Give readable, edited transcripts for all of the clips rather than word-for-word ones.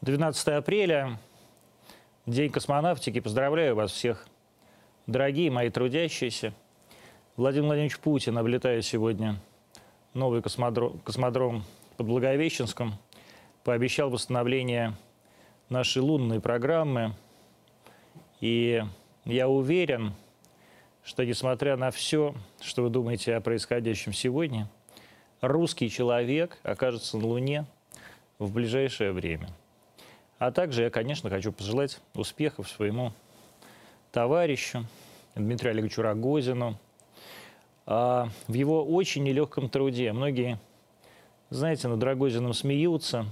12 апреля, День космонавтики. Поздравляю вас всех, дорогие мои трудящиеся. Владимир Владимирович Путин облетает сегодня новый космодром под Благовещенском. Пообещал восстановление нашей лунной программы. И я уверен, что несмотря на все, что вы думаете о происходящем сегодня, русский человек окажется на Луне в ближайшее время. А также я, конечно, хочу пожелать успехов своему товарищу Дмитрию Олеговичу Рогозину в его очень нелегком труде. Многие, знаете, над Рогозиным смеются,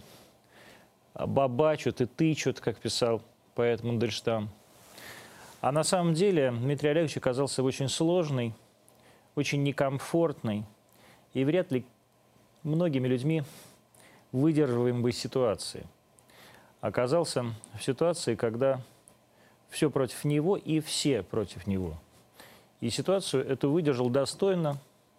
бабачут и тычут, как писал поэт Мандельштам. А на самом деле Дмитрий Олегович оказался в очень сложной, очень некомфортной и вряд ли многими людьми выдерживаемой ситуации. Оказался в ситуации, когда все против него и все против него. И ситуацию эту выдержал достойно,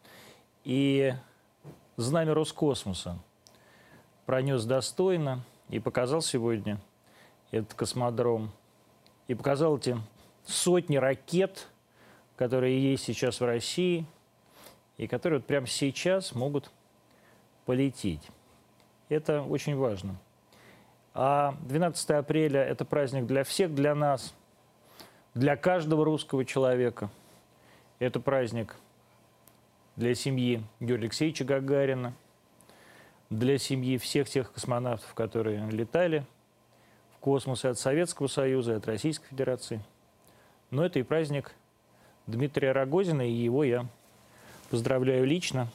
и знамя Роскосмоса пронес достойно и показал сегодня этот космодром, и показал эти сотни ракет, которые есть сейчас в России, и которые вот прямо сейчас могут полететь. Это очень важно. А 12 апреля – это праздник для всех, для нас, для каждого русского человека. Это праздник для семьи Георгия Алексеевича Гагарина, для семьи всех тех космонавтов, которые летали в космос и от Советского Союза, и от Российской Федерации. Но это и праздник Дмитрия Рогозина, и его я поздравляю лично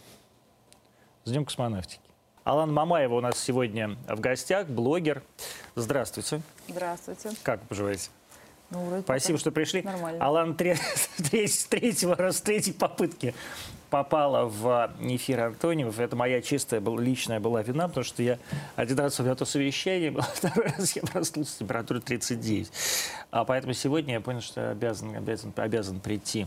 с Днем космонавтики. Алана Мамаева у нас сегодня в гостях, блогер. Здравствуйте. Здравствуйте. Как поживаете? Ну, вроде спасибо, что пришли. Нормально. Алана с третьей попытки попала в эфир Антониев. Это моя чистая личная была вина, потому что я один раз у меня то совещание было, второй раз я проснулся с температурой 39. Поэтому сегодня я понял, что обязан прийти.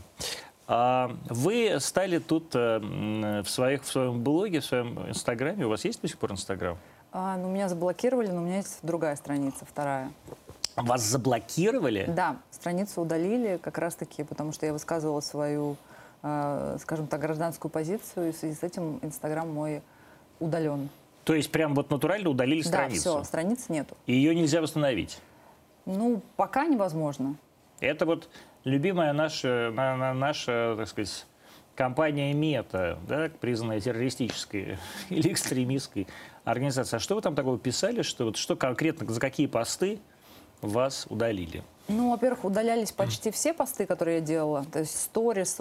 Вы стали тут в своем блоге, в своем инстаграме. У вас есть до сих пор инстаграм? Ну, меня заблокировали, но у меня есть другая страница, вторая. Вас заблокировали? Да, страницу удалили как раз-таки, потому что я высказывала свою, скажем так, гражданскую позицию, и в связи с этим инстаграм мой удален. То есть прям вот натурально удалили страницу? Да, все, страницы нету. И ее нельзя восстановить? Ну, пока невозможно. Это вот любимая наша, так сказать, компания Мета, да, признанная террористической или экстремистской организацией. А что вы там такого писали, что конкретно, за какие посты вас удалили? Ну, во-первых, удалялись почти все посты, которые я делала. То есть сторис.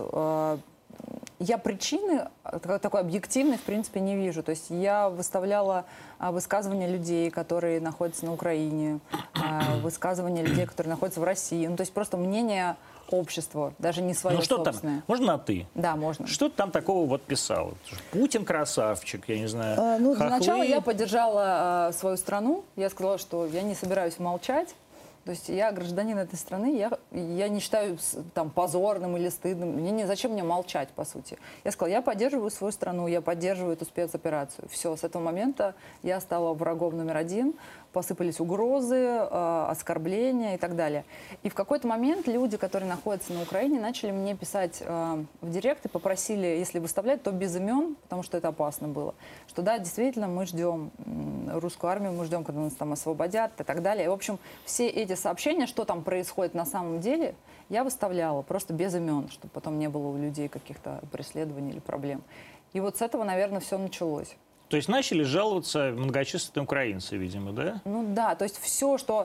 Я причины такой объективной, в принципе, не вижу. То есть я выставляла высказывания людей, которые находятся на Украине, высказывания людей, которые находятся в России. Ну, то есть просто мнение общества, даже не свое собственное. Там? Можно на «ты»? Да, можно. Что ты там такого вот писал? Путин красавчик, я не знаю. Ну, для начала я поддержала свою страну. Я сказала, что я не собираюсь молчать. То есть я гражданин этой страны, я не считаю там позорным или стыдным. Зачем мне молчать, по сути? Я сказала, я поддерживаю свою страну, я поддерживаю эту спецоперацию. Все, с этого момента я стала врагом номер один. Посыпались угрозы, оскорбления и так далее. И в какой-то момент люди, которые находятся на Украине, начали мне писать в директ и попросили, если выставлять, то без имен, потому что это опасно было. Что да, действительно, мы ждем русскую армию, мы ждем, когда нас там освободят и так далее. И, в общем, все эти сообщения, что там происходит на самом деле, я выставляла просто без имен, чтобы потом не было у людей каких-то преследований или проблем. И вот с этого, наверное, все началось. То есть начали жаловаться многочисленные украинцы, видимо, да? Ну да, то есть все, что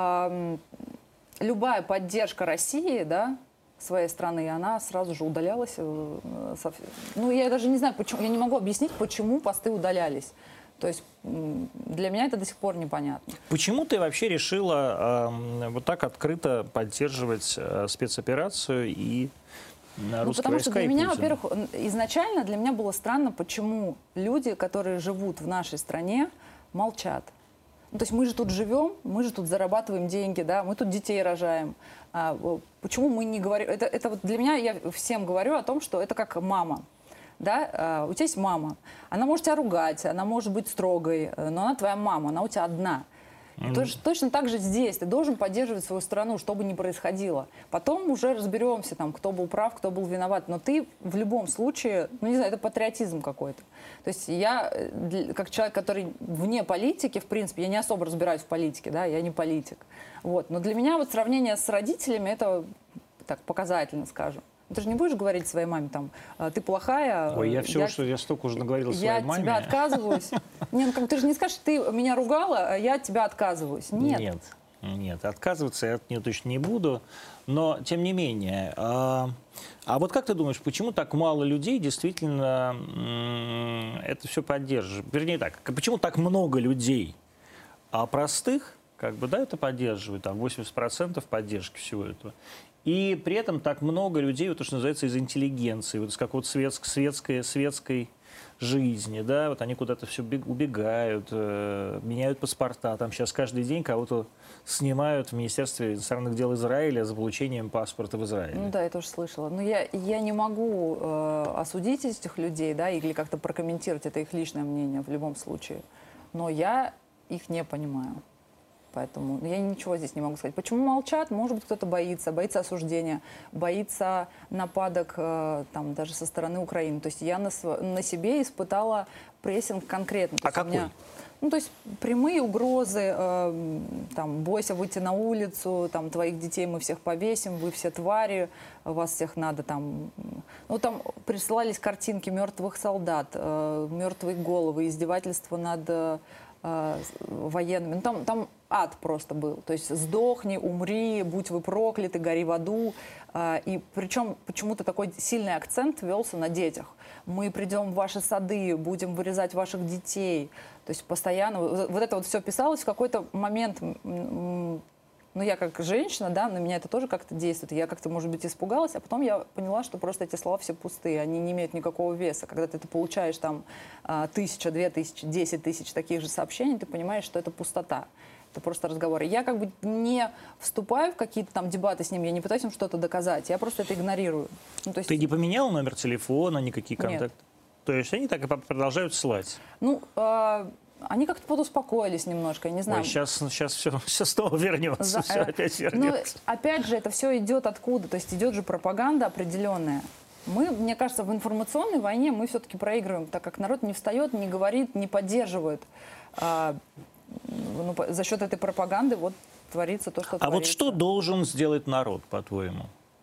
любая поддержка России, да, своей страны, она сразу же удалялась. Ну, я даже не знаю, почему, я не могу объяснить, почему посты удалялись. То есть для меня это до сих пор непонятно. Почему ты вообще решила вот так открыто поддерживать спецоперацию и потому что для меня, во-первых, изначально для меня было странно, почему люди, которые живут в нашей стране, молчат. Ну, то есть мы же тут живем, мы же тут зарабатываем деньги, да, мы тут детей рожаем. Почему мы не говорим? Это вот для меня, я всем говорю о том, что это как мама. Да? У тебя есть мама, она может тебя ругать, она может быть строгой, но она твоя мама, она у тебя одна. Точно так же здесь. Ты должен поддерживать свою страну, что бы ни происходило. Потом уже разберемся, там, кто был прав, кто был виноват. Но ты в любом случае, ну не знаю, это патриотизм какой-то. То есть я, как человек, который вне политики, в принципе, я не особо разбираюсь в политике, да, я не политик. Вот. Но для меня вот сравнение с родителями, это так показательно, скажем. Ты же не будешь говорить своей маме, там, ты плохая. Ой, я столько уже наговорил своей маме. Я от тебя отказываюсь. Нет, ну, ты же не скажешь, ты меня ругала, а я от тебя отказываюсь. Нет. Нет, отказываться я от нее точно не буду. Но, тем не менее, а вот как ты думаешь, почему так мало людей действительно это все поддерживают? Вернее так, почему так много людей, а простых, как бы, да, это поддерживают, там 80% поддержки всего этого. И при этом так много людей, вот то, что называется, из интеллигенции, вот из какой-то светской жизни, да, вот они куда-то все убегают, меняют паспорта, там сейчас каждый день кого-то снимают в Министерстве иностранных дел Израиля за получением паспорта в Израиле. Ну да, я тоже слышала. Но я не могу осудить этих людей, да, или как-то прокомментировать, это их личное мнение в любом случае. Но я их не понимаю. Поэтому я ничего здесь не могу сказать. Почему молчат? Может быть, кто-то боится осуждения, боится нападок там, даже со стороны Украины. То есть я на себе испытала прессинг конкретно. А какой? Ну, то есть прямые угрозы, там, бойся выйти на улицу, там, твоих детей мы всех повесим, вы все твари, вас всех надо там... Ну, там присылались картинки мертвых солдат, мертвые головы, издевательства над... военными. Ну, там ад просто был. То есть сдохни, умри, будь вы прокляты, гори в аду. И причем почему-то такой сильный акцент велся на детях. Мы придем в ваши сады, будем вырезать ваших детей. То есть постоянно... Вот это вот все писалось в какой-то момент... Ну, я как женщина, да, на меня это тоже как-то действует. Я как-то, может быть, испугалась, а потом я поняла, что просто эти слова все пустые, они не имеют никакого веса. Когда ты это получаешь там 1000, 2000, 10 тысяч таких же сообщений, ты понимаешь, что это пустота. Это просто разговоры. Я как бы не вступаю в какие-то там дебаты с ним, я не пытаюсь им что-то доказать, я просто это игнорирую. Ну, то есть... Ты не поменял номер телефона, никакие контакты? Нет. То есть они так и продолжают ссылать? Ну, они как-то подуспокоились немножко, я не знаю. Ой, сейчас все снова вернется, все опять вернется. Но, опять же, это все идет откуда? То есть идет же пропаганда определенная. Мы, мне кажется, в информационной войне мы все-таки проигрываем, так как народ не встает, не говорит, не поддерживает. Ну, за счет этой пропаганды вот творится то, что творится. А вот что должен сделать народ, по-твоему?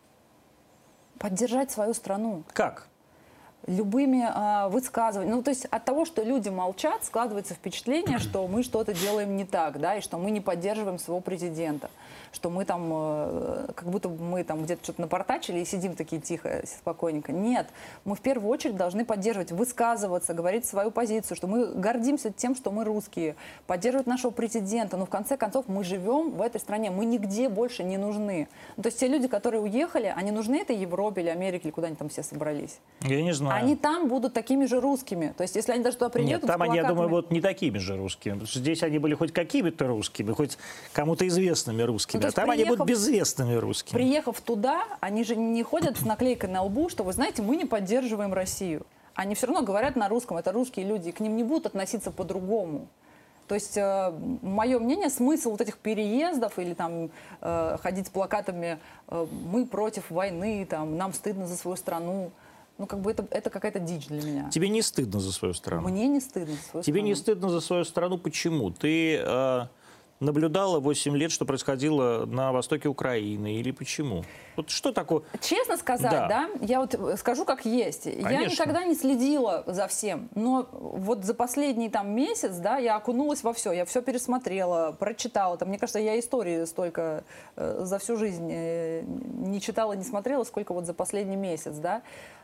Поддержать свою страну. Как? Любыми высказываниями. Ну, то есть от того, что люди молчат, складывается впечатление, что мы что-то делаем не так, да, и что мы не поддерживаем своего президента, что мы там, как будто мы там где-то что-то напортачили и сидим такие тихо, спокойненько. Нет, мы в первую очередь должны поддерживать, высказываться, говорить свою позицию, что мы гордимся тем, что мы русские, поддерживать нашего президента. Но в конце концов мы живем в этой стране, мы нигде больше не нужны. Ну, то есть те люди, которые уехали, они нужны этой Европе или Америке, или куда они там все собрались? Я не знаю. Они там будут такими же русскими. То есть, если они даже туда приедут... Нет, там они, я думаю, вот не такими же русскими. Потому что здесь они были хоть какими-то русскими, хоть кому-то известными русскими. Ну, а там они будут безвестными русскими. Приехав туда, они же не ходят с наклейкой на лбу, что, вы знаете, мы не поддерживаем Россию. Они все равно говорят на русском, это русские люди, и к ним не будут относиться по-другому. То есть, мое мнение, смысл вот этих переездов или там ходить с плакатами «Мы против войны», там, «Нам стыдно за свою страну», ну, как бы это какая-то дичь для меня. Тебе не стыдно за свою страну? Мне не стыдно за свою страну. Тебе не стыдно за свою страну? Почему? Ты наблюдала 8 лет, что происходило на востоке Украины? Или почему? Вот что такое? Честно сказать, да, я вот скажу как есть. Конечно. Я никогда не следила за всем. Но вот за последний там месяц, да, я окунулась во все. Я все пересмотрела, прочитала. Там, мне кажется, я истории столько за всю жизнь не читала, не смотрела, сколько вот за последний месяц, да.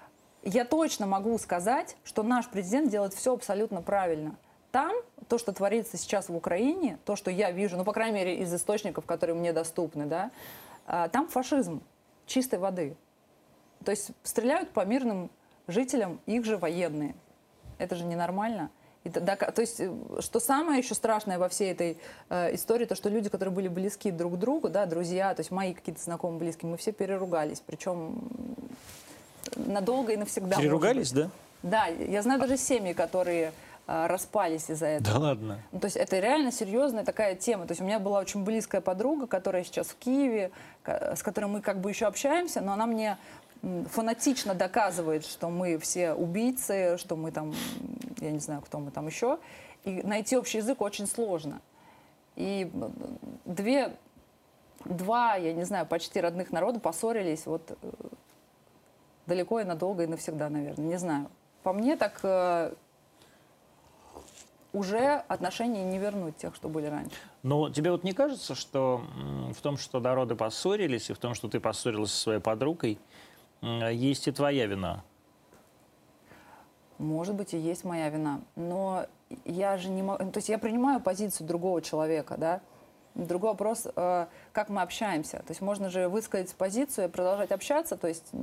Я точно могу сказать, что наш президент делает все абсолютно правильно. Там то, что творится сейчас в Украине, то, что я вижу, ну, по крайней мере, из источников, которые мне доступны, да, там фашизм чистой воды. То есть стреляют по мирным жителям их же военные. Это же ненормально. То есть, что самое еще страшное во всей этой истории, то, что люди, которые были близки друг к другу, да, друзья, то есть мои какие-то знакомые, близкие, мы все переругались. Причем... надолго и навсегда. Переругались, да? Да, я знаю даже семьи, которые распались из-за этого. Да ладно. Ну, то есть это реально серьезная такая тема. То есть у меня была очень близкая подруга, которая сейчас в Киеве, с которой мы как бы еще общаемся, но она мне фанатично доказывает, что мы все убийцы, что мы там, я не знаю, кто мы там еще. И найти общий язык очень сложно. И два, я не знаю, почти родных народа поссорились вот далеко и надолго и навсегда, наверное. Не знаю. По мне так уже отношения не вернуть тех, что были раньше. Но тебе вот не кажется, что в том, что народы поссорились, и в том, что ты поссорилась со своей подругой, есть и твоя вина? Может быть, и есть моя вина. Но я же не могу... То есть я принимаю позицию другого человека, да? Другой вопрос, как мы общаемся. То есть можно же высказать позицию и продолжать общаться, то есть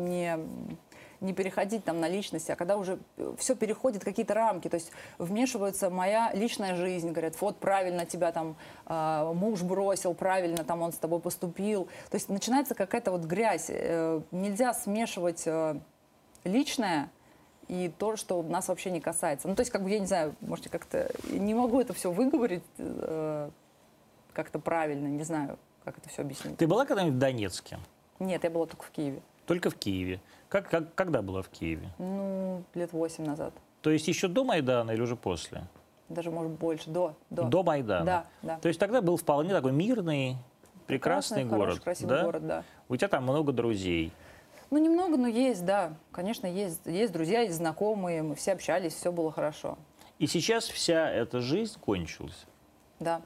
не переходить там на личности, а когда уже все переходит в какие-то рамки, то есть вмешивается моя личная жизнь, говорят, вот правильно тебя там муж бросил, правильно там он с тобой поступил. То есть начинается какая-то вот грязь. Нельзя смешивать личное и то, что нас вообще не касается. Ну, то есть, как бы, я не знаю, может, как-то не могу это все выговорить как-то правильно, не знаю, как это все объяснить. Ты была когда-нибудь в Донецке? Нет, я была только в Киеве. Только в Киеве. Когда была в Киеве? Ну, лет 8 назад. То есть еще до Майдана или уже после? Даже, может, больше. До. До Майдана? Да, да. То есть тогда был вполне такой мирный, прекрасный город. Хороший, красивый город, да. У тебя там много друзей. Ну, немного, но есть, да. Конечно, есть друзья, есть знакомые, мы все общались, все было хорошо. И сейчас вся эта жизнь кончилась. Да.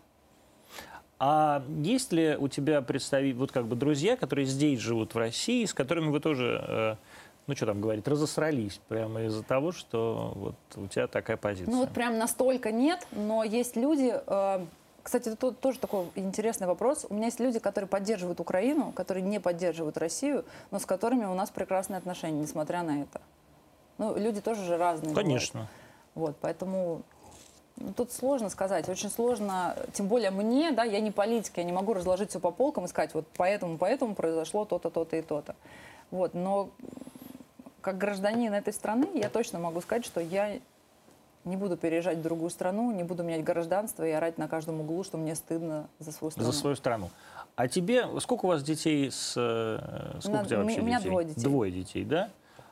А есть ли у тебя вот как бы друзья, которые здесь живут в России, с которыми вы тоже, ну что там говорить, разосрались прямо из-за того, что вот у тебя такая позиция? Ну вот прям настолько нет, но есть люди, кстати, это тоже такой интересный вопрос. У меня есть люди, которые поддерживают Украину, которые не поддерживают Россию, но с которыми у нас прекрасные отношения, несмотря на это. Ну, люди тоже же разные. Конечно. Бывают. Вот, поэтому тут сложно сказать, очень сложно, тем более мне, да, я не политик, я не могу разложить все по полкам и сказать, вот поэтому произошло то-то, то-то и то-то. Вот, но как гражданин этой страны я точно могу сказать, что я не буду переезжать в другую страну, не буду менять гражданство и орать на каждом углу, что мне стыдно за свою страну. За свою страну. А тебе, сколько у вас детей, сколько у тебя вообще детей? У меня 2 детей. 2 детей, да?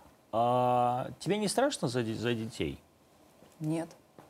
А тебе не страшно за детей? Нет.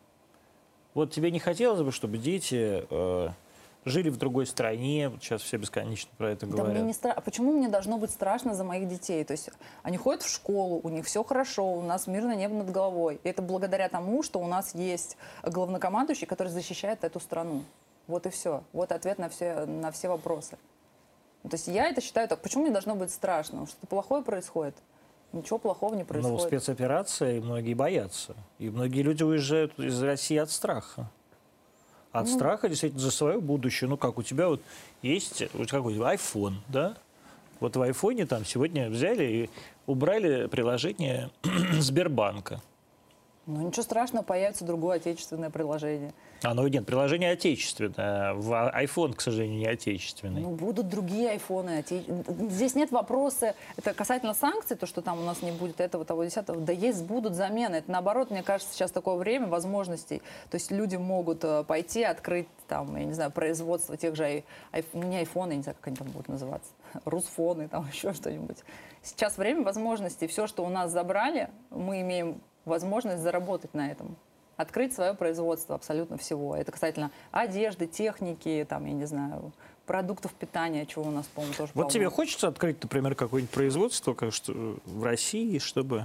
Вот тебе не хотелось бы, чтобы дети жили в другой стране? Вот сейчас все бесконечно про это говорят. Да мне не страшно. А почему мне должно быть страшно за моих детей? То есть они ходят в школу, у них все хорошо, у нас мирное небо над головой. И это благодаря тому, что у нас есть главнокомандующий, который защищает эту страну. Вот и все. Вот ответ на все вопросы. То есть я это считаю так. Почему мне должно быть страшно? Что-то плохое происходит? Ничего плохого не происходит. Но спецоперация, и многие боятся. И многие люди уезжают из России от страха. От страха, действительно, за свое будущее. Ну как, у тебя вот есть какой-то iPhone, да? Вот в айфоне там сегодня взяли и убрали приложение Сбербанка. Ну ничего страшного, появится другое отечественное приложение. Нет, приложение отечественное. iPhone, к сожалению, не отечественный. Ну, будут другие айфоны. Здесь нет вопроса. Это касательно санкций, то, что там у нас не будет этого, того, десятого. Да есть, будут замены. Это наоборот, мне кажется, сейчас такое время возможностей. То есть люди могут пойти, открыть там, я не знаю, производство тех же, не айфоны, я не знаю, как они там будут называться, русфоны, там еще что-нибудь. Сейчас время возможностей. Все, что у нас забрали, мы имеем возможность заработать на этом. Открыть свое производство абсолютно всего. Это касательно одежды, техники, там, я не знаю, продуктов питания, чего у нас, по-моему, тоже Вот полно. тебе хочется открыть, например, какое-нибудь производство в России, чтобы...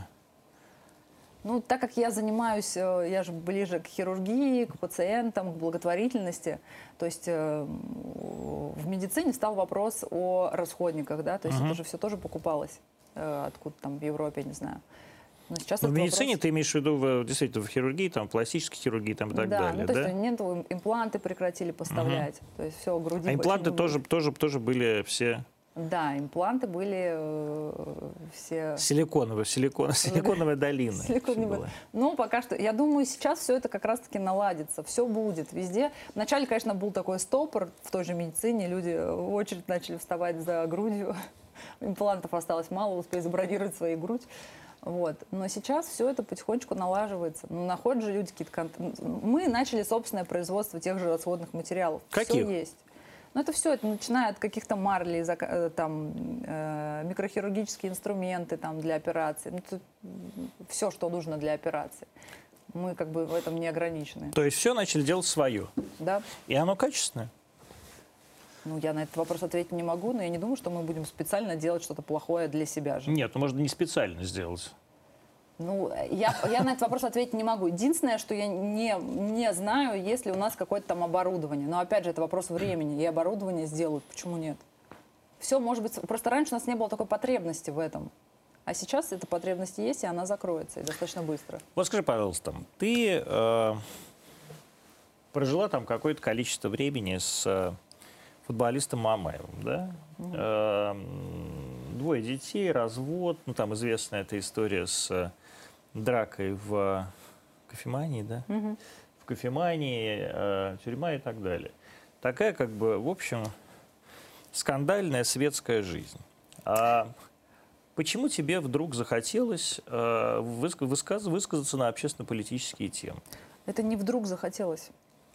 Ну, так как я занимаюсь, я же ближе к хирургии, к пациентам, к благотворительности, то есть в медицине встал вопрос о расходниках, да, то есть это же все тоже покупалось откуда там в Европе, я не знаю. Но сейчас в медицине ты имеешь в виду действительно в хирургии, там, пластической хирургии там, и так далее, ну, то есть нет, импланты прекратили поставлять, то есть все, груди. А импланты тоже были все... Да, импланты были все... Силиконовая долина. Ну, пока что, я думаю, сейчас все это как раз-таки наладится, все будет везде. Вначале, конечно, был такой стопор в той же медицине, люди в очередь начали вставать за грудью, имплантов осталось мало, успели забронировать свою грудь. Вот. Но сейчас все это потихонечку налаживается. Ну, находят же люди какие-то... Мы начали собственное производство тех же расходных материалов. Каких? Все есть. Но это все, это начиная от каких-то марлей, там, микрохирургические инструменты там, для операций. Ну, все, что нужно для операции. Мы как бы в этом не ограничены. То есть все начали делать свое. Да? И оно качественное? Ну, я на этот вопрос ответить не могу, но я не думаю, что мы будем специально делать что-то плохое для себя же. Нет, ну можно не специально сделать. Ну, я на этот вопрос ответить не могу. Единственное, что я не знаю, есть ли у нас какое-то там оборудование. Но, опять же, это вопрос времени. И оборудование сделают. Почему нет? Все, может быть... Просто раньше у нас не было такой потребности в этом. А сейчас эта потребность есть, и она закроется. И достаточно быстро. Вот скажи, пожалуйста, ты прожила там какое-то количество времени с футболистом Мамаевым, да? Двое детей, развод. Ну, там известная эта история с дракой в кофемании, да? В кофемании, тюрьма и так далее. Такая, как бы, в общем, скандальная светская жизнь. А почему тебе вдруг захотелось высказаться на общественно-политические темы? Это не вдруг захотелось.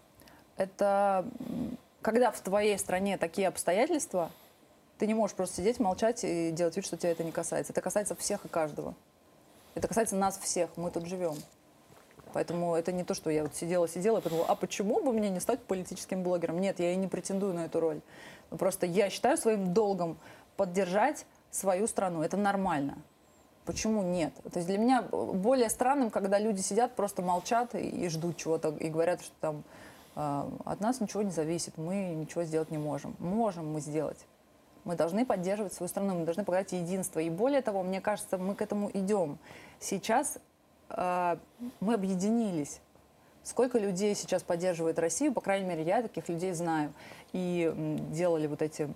Это когда в твоей стране такие обстоятельства, ты не можешь просто сидеть, молчать и делать вид, что тебя это не касается. Это касается всех и каждого. Это касается нас всех, мы тут живем. Поэтому это не то, что я вот сидела и подумала, а почему бы мне не стать политическим блогером? Нет, я и не претендую на эту роль. Но просто я считаю своим долгом поддержать свою страну. Это нормально. Почему нет? То есть для меня более странным, когда люди сидят, просто молчат и ждут чего-то, и говорят, что там от нас ничего не зависит, мы ничего сделать не можем. Можем мы сделать. Мы должны поддерживать свою страну, мы должны показать единство. И более того, мне кажется, мы к этому идем. Сейчас мы объединились. Сколько людей сейчас поддерживает Россию, по крайней мере, я таких людей знаю. И делали вот эти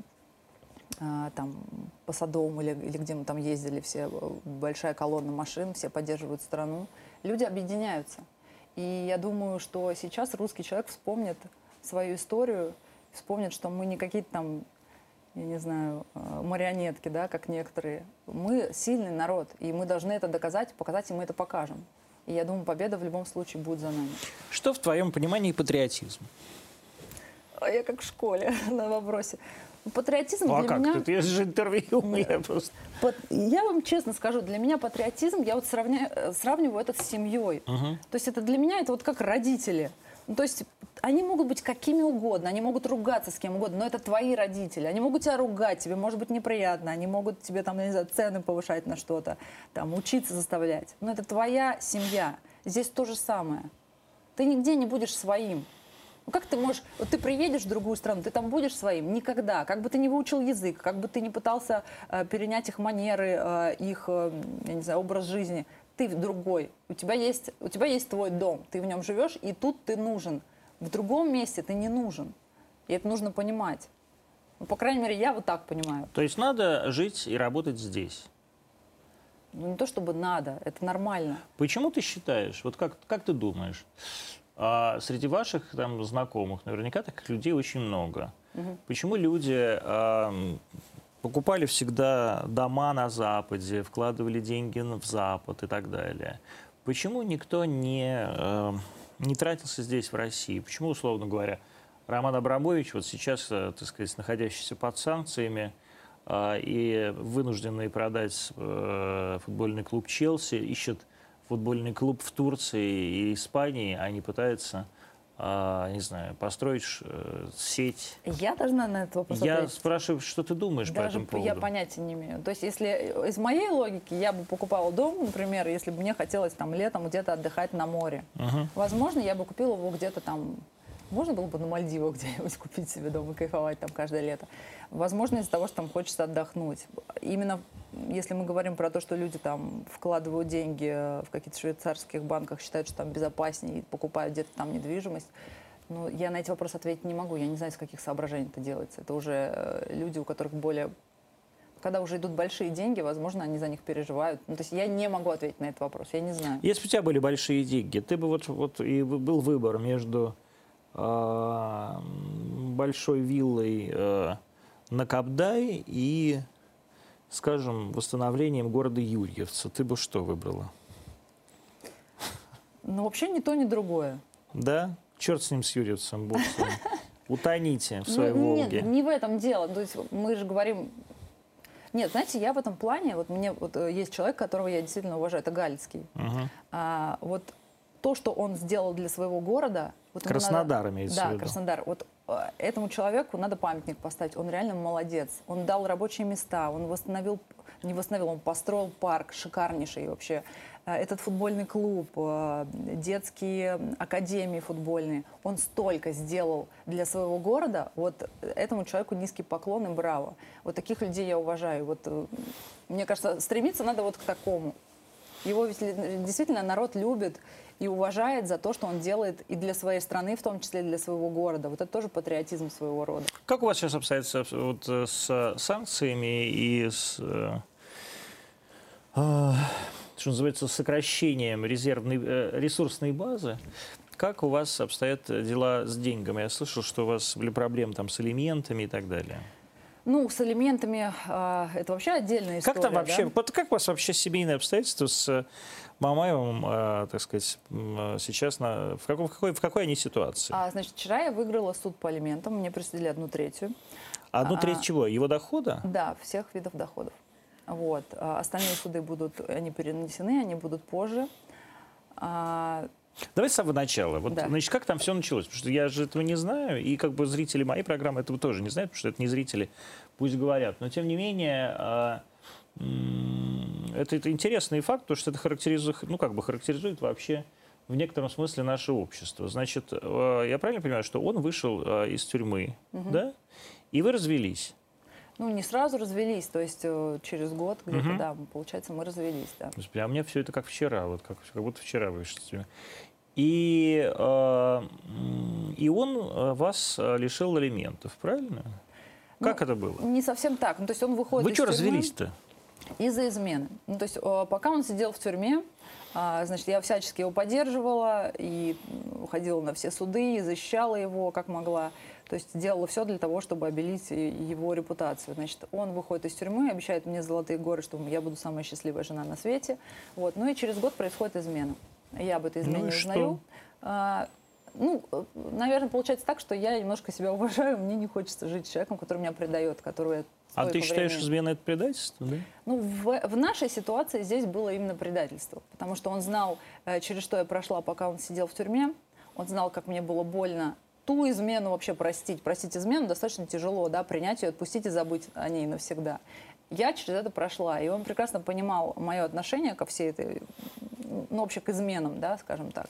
там по Садовому или где мы там ездили, все, большая колонна машин, все поддерживают страну. Люди объединяются. И я думаю, что сейчас русский человек вспомнит свою историю, вспомнит, что мы не какие-то там, я не знаю, марионетки, да, как некоторые. Мы сильный народ, и мы должны это доказать, показать, и мы это покажем. И я думаю, победа в любом случае будет за нами. Что в твоем понимании патриотизм? Я как в школе на вопросе. Патриотизм ну, для как? меня... Тут есть же интервью. Я вам честно скажу, для меня патриотизм, я вот сравниваю это с семьей. То есть это для меня это вот как родители. Ну, то есть они могут быть какими угодно, они могут ругаться с кем угодно, но это твои родители. Они могут тебя ругать, тебе может быть неприятно, они могут тебе там, я не знаю, цены повышать на что-то, там, учиться заставлять. Но это твоя семья. Здесь то же самое. Ты нигде не будешь своим. Ну как ты можешь... Вот ты приедешь в другую страну, ты там будешь своим? Никогда. Как бы ты не выучил язык, как бы ты не пытался перенять их манеры, их, я не знаю, образ жизни, ты другой. У тебя есть твой дом, ты в нем живешь, и тут ты нужен. В другом месте ты не нужен. И это нужно понимать. Ну, по крайней мере, я вот так понимаю. То есть надо жить и работать здесь? Ну, не то чтобы надо, это нормально. Почему ты считаешь, вот как ты думаешь, среди ваших там знакомых наверняка таких людей очень много. Почему люди покупали всегда дома на Западе, вкладывали деньги в Запад и так далее? Почему никто не тратился здесь, в России? Почему, условно говоря, Роман Абрамович, вот сейчас, так сказать, находящийся под санкциями и вынужденный продать футбольный клуб Челси, ищет футбольный клуб в Турции и Испании, они пытаются, не знаю, построить сеть. Я должна на этот вопрос ответить? Я спрашиваю, что ты думаешь по этому поводу? Я понятия не имею. То есть, если из моей логики я бы покупала дом, например, если бы мне хотелось там летом где-то отдыхать на море, возможно, я бы купила его где-то там. Можно было бы на Мальдивах где-нибудь купить себе дом и кайфовать там каждое лето. Возможно, из-за того, что там хочется отдохнуть. Именно если мы говорим про то, что люди там вкладывают деньги в какие-то швейцарских банках, считают, что там безопаснее, и покупают где-то там недвижимость, ну, я на эти вопросы ответить не могу. Я не знаю, из каких соображений это делается. Это уже люди, у которых более... Когда уже идут большие деньги, возможно, они за них переживают. Ну, то есть я не могу ответить на этот вопрос, я не знаю. Если бы у тебя были большие деньги, ты бы вот и был выбор между большой виллой на Кабдай и скажем, восстановлением города Юрьевца, ты бы что выбрала? Ну, вообще ни то, ни другое. Да? Черт с ним, с Юрьевцем, бог с ним. Утоните в своей Ну, Волге. нет, не в этом дело. То есть мы же говорим... Нет, знаете, я в этом плане, вот мне вот есть человек, которого я действительно уважаю, это Галицкий. Вот то, что он сделал для своего города... Вот Краснодар имеется в виду. Да, Краснодар. Вот этому человеку надо памятник поставить. Он реально молодец. Он дал рабочие места, он восстановил, не восстановил, он построил парк шикарнейший вообще. Этот футбольный клуб, детские академии футбольные. Он столько сделал для своего города. Вот этому человеку низкий поклон и браво. Вот таких людей я уважаю. Вот, мне кажется, стремиться надо вот к такому. Его ведь действительно народ любит и уважает за то, что он делает и для своей страны, в том числе и для своего города. Вот это тоже патриотизм своего рода. Как у вас сейчас обстоят вот с санкциями и с, что называется, сокращением ресурсной базы? Как у вас обстоят дела с деньгами? Я слышал, что у вас были проблемы там с алиментами и так далее. Ну, с алиментами это вообще отдельная история. Как там вообще, да? вот как у вас вообще семейные обстоятельства с Мамаевым, так сказать, сейчас, в какой они ситуации? Значит, вчера я выиграла суд по алиментам, мне присудили 1/3. Одну треть чего? Его дохода? Да, всех видов доходов. Вот. Остальные суды они перенесены, они будут позже. Давайте с самого начала. Вот, Да. Значит, как там все началось? Потому что я же этого не знаю, и как бы зрители моей программы этого тоже не знают, потому что это не зрители, пусть говорят. Но, тем не менее, это интересный факт, потому что это характеризует вообще в некотором смысле наше общество. Значит, я правильно понимаю, что он вышел из тюрьмы, да? И вы развелись? Ну, не сразу развелись, то есть через год где-то, да, получается, мы развелись, да. Господи, а у меня все это как вчера, вот как будто вчера вышел из тюрьмы. И он вас лишил алиментов, правильно? Как это было? Не совсем так. Ну, то есть он выходит Вы из что тюрьмы развелись-то? из-за измены. Ну, то есть пока он сидел в тюрьме, значит, я всячески его поддерживала и ходила на все суды, и защищала его как могла. То есть делала все для того, чтобы обелить его репутацию. Значит, он выходит из тюрьмы, обещает мне золотые горы, что я буду самая счастливая жена на свете. Вот. Ну и через год происходит измена. Я об этой измене узнаю. Ну, наверное, получается так, что я немножко себя уважаю, мне не хочется жить с человеком, который меня предает, который... А ты считаешь, измена — это предательство, да? Ну, в нашей ситуации здесь было именно предательство, потому что он знал, через что я прошла, пока он сидел в тюрьме, он знал, как мне было больно ту измену вообще простить. Простить измену достаточно тяжело, да, принять ее, отпустить и забыть о ней навсегда. Я через это прошла, и он прекрасно понимал мое отношение ко всей этой, ну, вообще к изменам, да, скажем так.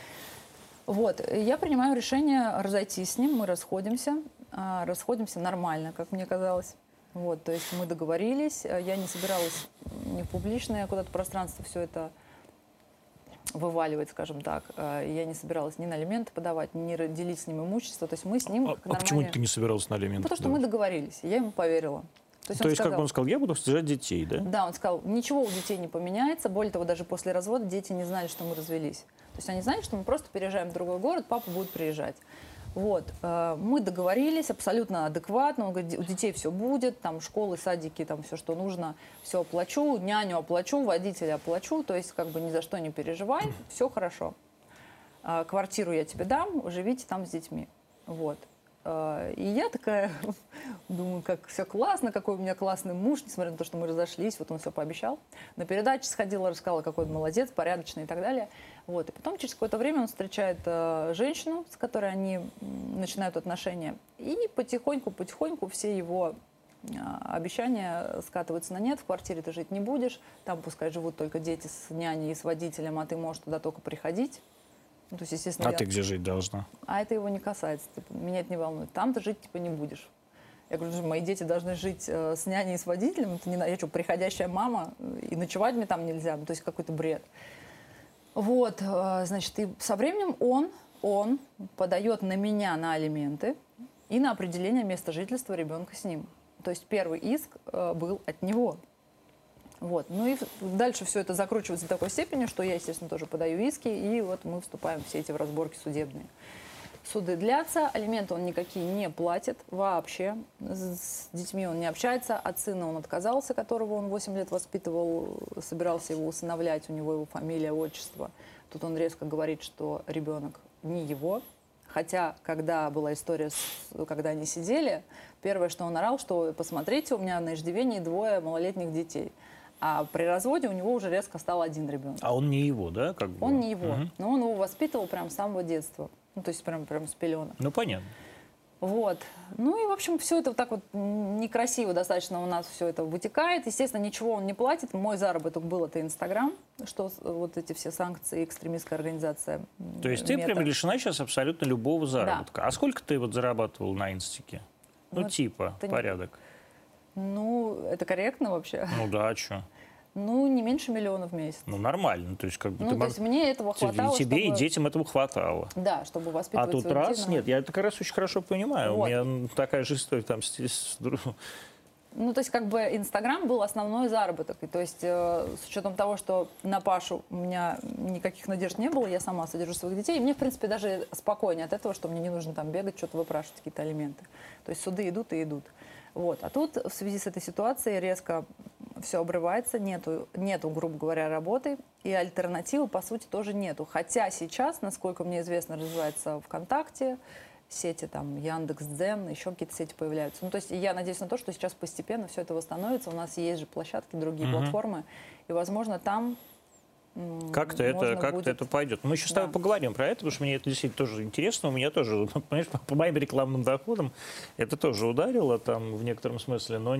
Вот, я принимаю решение разойтись с ним, мы расходимся нормально, как мне казалось. Вот, то есть мы договорились, я не собиралась ни в публичное куда-то пространство все это вываливать, скажем так. Я не собиралась ни на алименты подавать, ни делить с ним имущество. То есть мы с ним как нормальные... почему ты не собиралась на алименты Потому что мы договорились, я ему поверила. То есть как он сказал, я буду содержать детей, да? Да, он сказал, ничего у детей не поменяется. Более того, даже после развода дети не знали, что мы развелись. То есть они знали, что мы просто переезжаем в другой город, папа будет приезжать. Вот, мы договорились абсолютно адекватно. Он говорит, у детей все будет, там школы, садики, там все, что нужно, все оплачу, няню оплачу, водителя оплачу. То есть как бы ни за что не переживай, все хорошо. Квартиру я тебе дам, живите там с детьми. Вот. И я такая думаю, как все классно, какой у меня классный муж, несмотря на то, что мы разошлись, вот он все пообещал. На передаче сходила, рассказала, какой он молодец, порядочный и так далее. Вот. И потом через какое-то время он встречает женщину, с которой они начинают отношения. И потихоньку все его обещания скатываются на нет. В квартире ты жить не будешь, там пускай живут только дети с няней и с водителем, а ты можешь туда только приходить. Ну, то есть, естественно, ты где жить должна? А это его не касается, типа, меня это не волнует. Там ты жить типа не будешь. Я говорю, мои дети должны жить с няней и с водителем. Это не, я что, приходящая мама, и ночевать мне там нельзя. Ну, то есть какой-то бред. Вот, значит, и со временем он подает на меня на алименты и на определение места жительства ребенка с ним. То есть первый иск был от него. Вот. Ну и дальше все это закручивается до такой степени, что я, естественно, тоже подаю иски, и вот мы вступаем в все эти разборки судебные. суды длятся, алименты он никакие не платит вообще. С детьми он не общается. От сына он отказался, которого он 8 лет воспитывал, собирался его усыновлять, у него его фамилия, отчество. Тут он резко говорит, что ребенок не его. Хотя, когда была история, когда они сидели, первое, что он орал, что посмотрите, у меня на иждивении 2 малолетних детей. А при разводе у него уже резко стал 1 ребенок. А он не его, да? Как бы? Он не его, но он его воспитывал прям с самого детства. Ну, то есть прям с пеленок. Ну, понятно. Вот. Ну и, в общем, все это вот так вот некрасиво достаточно у нас все это вытекает. Естественно, ничего он не платит. Мой заработок был это Инстаграм, что вот эти все санкции, экстремистская организация. То есть ты прям лишена сейчас абсолютно любого заработка. Да. А сколько ты вот зарабатывал на Инстике? Ну, вот типа, порядок. Ну, это корректно вообще? Ну да, а что? Ну, не меньше миллиона в месяц. Ну, нормально. То есть, как бы, то есть мне этого хватало, тебе и детям этого хватало. Да, чтобы воспитывать. А тут раз, нет, я это как раз очень хорошо понимаю. Вот. У меня такая же история там Ну, то есть, как бы, Инстаграм был основной заработок. И, то есть, с учетом того, что на Пашу у меня никаких надежд не было, я сама содержу своих детей, и мне, в принципе, даже спокойнее от этого, что мне не нужно там бегать, что-то выпрашивать, какие-то алименты. То есть, суды идут и идут. Вот. А тут, в связи с этой ситуацией, резко все обрывается, нету, грубо говоря, работы, и альтернативы, по сути, тоже нету. Хотя сейчас, насколько мне известно, развивается ВКонтакте, сети там Яндекс.Дзен, еще какие-то сети появляются. Ну, то есть я надеюсь на то, что сейчас постепенно все это восстановится. У нас есть же площадки, другие платформы, и, возможно, там как-то это пойдет. Мы еще с тобой поговорим про это, потому что мне это действительно тоже интересно. У меня тоже, понимаешь, по моим рекламным доходам это тоже ударило там в некотором смысле, но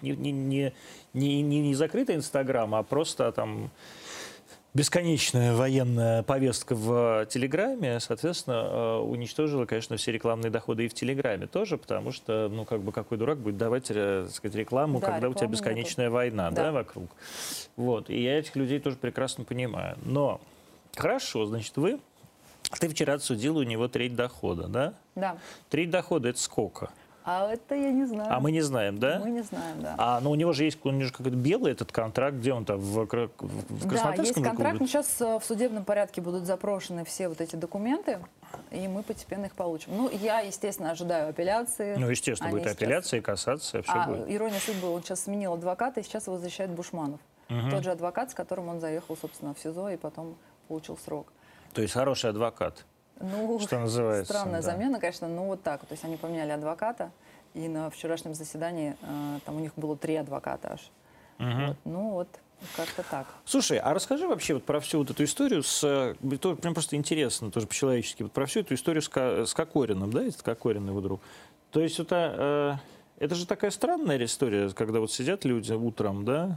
не закрытый Инстаграм, а просто там бесконечная военная повестка в Телеграме, соответственно, уничтожила, конечно, все рекламные доходы и в Телеграме тоже, потому что, ну, как бы, какой дурак будет давать, так сказать, рекламу, да, когда у тебя бесконечная война, да, вокруг. Вот, и я этих людей тоже прекрасно понимаю. Но, хорошо, значит, ты вчера отсудила у него 1/3 дохода, да? Да. 1/3 дохода — это сколько? А это я не знаю. А мы не знаем, да? Мы не знаем, да. Но у него же есть какой-то белый этот контракт, где он там, в Краснодарском? Да, есть контракт, но сейчас в судебном порядке будут запрошены все вот эти документы, и мы постепенно их получим. Ну, я, естественно, ожидаю апелляции. Ну, естественно, будет апелляция, кассация, все будет. Ирония судьбы, он сейчас сменил адвоката, и сейчас его защищает Бушманов. Тот же адвокат, с которым он заехал, собственно, в СИЗО и потом получил срок. То есть хороший адвокат? Ну, что называется, странная замена, конечно, но вот так. То есть они поменяли адвоката, и на вчерашнем заседании там у них было 3 адвоката аж. Вот, ну вот, как-то так. Слушай, а расскажи вообще вот про всю вот эту историю прям просто интересно, тоже по-человечески, вот про всю эту историю с Кокориным, да, это Кокорин его друг. То есть это же такая странная история, когда вот сидят люди утром, да,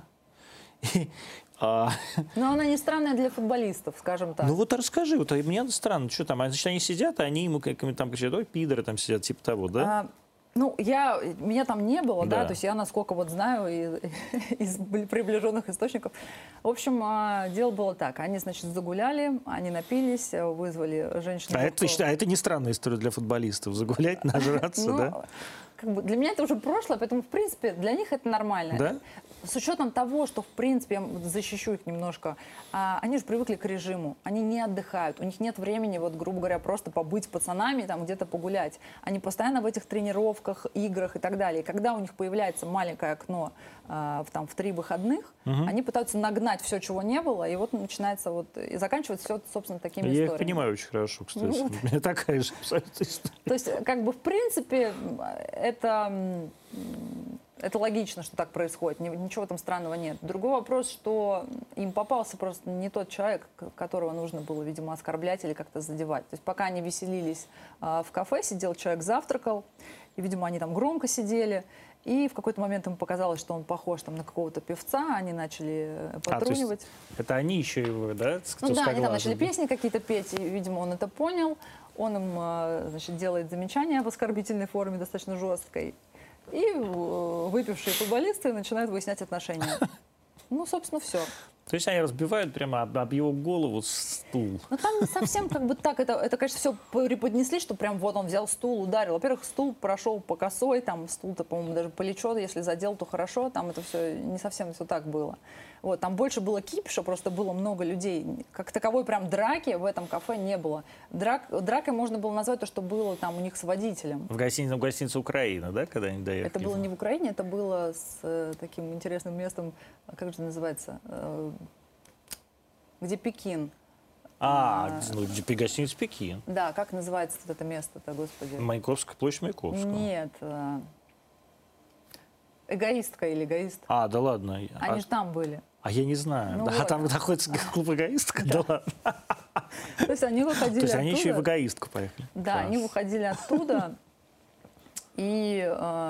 но она не странная для футболистов, скажем так. Ну вот расскажи, вот мне странно, что там, значит, они сидят, а они ему там кричат, ой, пидоры там сидят, типа того, да? Ну, меня там не было, да, то есть я, насколько вот знаю из приближенных источников. В общем, дело было так, они, значит, загуляли, они напились, вызвали женщину. А это не странная история для футболистов, загулять, нажраться, да? Как бы для меня это уже прошлое, поэтому, в принципе, для них это нормально. Да? С учетом того, что, в принципе, я защищу их немножко, они же привыкли к режиму, они не отдыхают, у них нет времени, вот, грубо говоря, просто побыть с пацанами, там, где-то погулять. Они постоянно в этих тренировках, играх и так далее. И когда у них появляется маленькое окно в 3 выходных, они пытаются нагнать все, чего не было, и вот начинается вот, и заканчивается все, собственно, такими историями. Я их понимаю очень хорошо, кстати. У меня такая же абсолютно история. То есть, как бы, в принципе, это логично, что так происходит, ничего там странного нет. Другой вопрос, что им попался просто не тот человек, которого нужно было, видимо, оскорблять или как-то задевать. То есть пока они веселились в кафе, сидел человек, завтракал, и, видимо, они там громко сидели, и в какой-то момент им показалось, что он похож там на какого-то певца, они начали потрунивать. Это они еще его, да? Ну да, они там начали песни какие-то петь, и, видимо, он это понял, он им, значит, делает замечания в оскорбительной форме, достаточно жесткой. И выпившие футболисты начинают выяснять отношения. Ну, собственно, все. То есть они разбивают прямо об его голову стул. Ну, там не совсем как бы так. Это, конечно, все преподнесли, что прям вот он взял стул, ударил. Во-первых, стул прошел по косой, там стул-то, по-моему, даже по плечо, если задел, то хорошо. Там это все не совсем все так было. Вот, там больше было кипиша, просто было много людей. Как таковой прям драки в этом кафе не было. Дракой можно было назвать то, что было там у них с водителем. В гостинице «Украина», да, когда они доехали? Это было не в Украине, это было с таким интересным местом, как же называется, где Пекин. Гостиница «Пекин». Да, как называется это место-то, господи? Маяковская, площадь Маяковского. Нет. Эгоистка или эгоист. Да ладно. Они же там были. Я не знаю. Ну Да, вот. там находится клуб «Эгоистка»? Да ладно. То есть они выходили То есть они еще и в оттуда. «Эгоистку» поехали? Да, Класс. они выходили оттуда. И,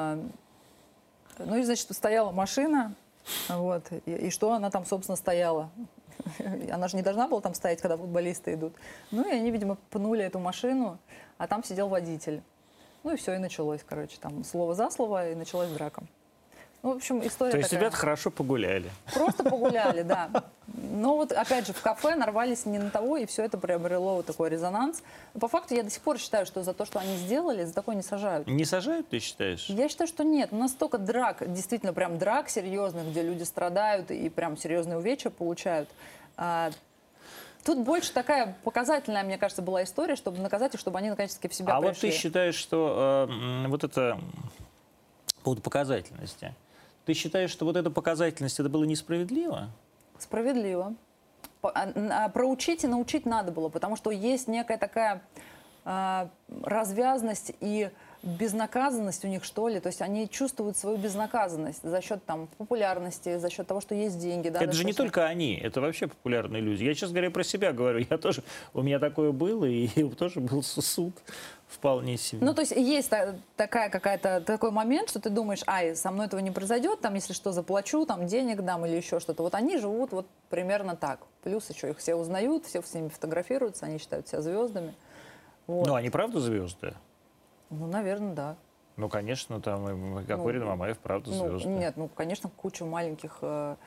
значит, стояла машина. Вот, и что она там, собственно, стояла? Она же не должна была там стоять, когда футболисты идут. Ну, и они, видимо, пнули эту машину, а там сидел водитель. Ну, и все, и началось, короче, там слово за слово, и началась драка. Ну, в общем, история То есть такая. ребята хорошо погуляли. Просто погуляли, да. Но вот, опять же, в кафе нарвались не на того, и все это приобрело вот такой резонанс. По факту я до сих пор считаю, что за то, что они сделали, за такое не сажают. Не сажают, ты считаешь? Я считаю, что нет. У нас столько драк, действительно прям драк серьезных, где люди страдают и прям серьезные увечья получают. Тут больше такая показательная, мне кажется, была история, чтобы наказать их, чтобы они наконец-таки в себя пришли. Вот ты считаешь, что вот это по поводу показательности, ты считаешь, что вот эта показательность, это было несправедливо? Справедливо. Проучить и научить надо было, потому что есть некая такая развязность и безнаказанность у них, что ли. То есть они чувствуют свою безнаказанность за счет там популярности, за счет того, что есть деньги. Да, Это же не только они, это вообще популярные люди. Я, честно говоря, про себя говорю. У меня такое было, и тоже был суд вполне себе. Ну, то есть есть такой момент, что ты думаешь, со мной этого не произойдет, там, если что, заплачу, там, денег дам или еще что-то. Вот они живут вот примерно так. Плюс еще их все узнают, все с ними фотографируются, они считают себя звездами. Вот. Ну, они правда звезды? Ну, наверное, да. Ну, конечно, там Кокорин, Мамаев, правда, звезды. Нет, конечно, куча маленьких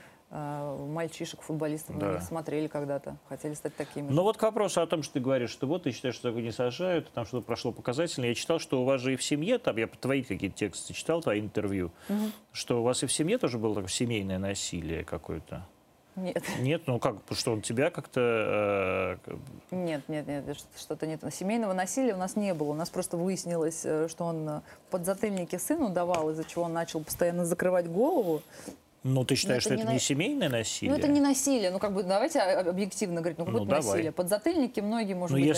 мальчишек, футболистов на них смотрели когда-то, хотели стать такими. Ну вот к вопросу о том, что ты говоришь, что вот ты считаешь, что такое не сажают, там что-то прошло показательно. Я читал, что у вас же и в семье, там я твои какие-то тексты читал, твои интервью, что у вас и в семье тоже было такое семейное насилие какое-то. Нет. Нет? Ну как, что он тебя как-то... Нет, что-то нет. Семейного насилия у нас не было. У нас просто выяснилось, что он подзатыльники сыну давал, из-за чего он начал постоянно закрывать голову. Ну, ты считаешь, что это не семейное насилие? Ну, это не насилие. Ну, давайте объективно говорить, какое насилие. Подзатыльники многие, может быть,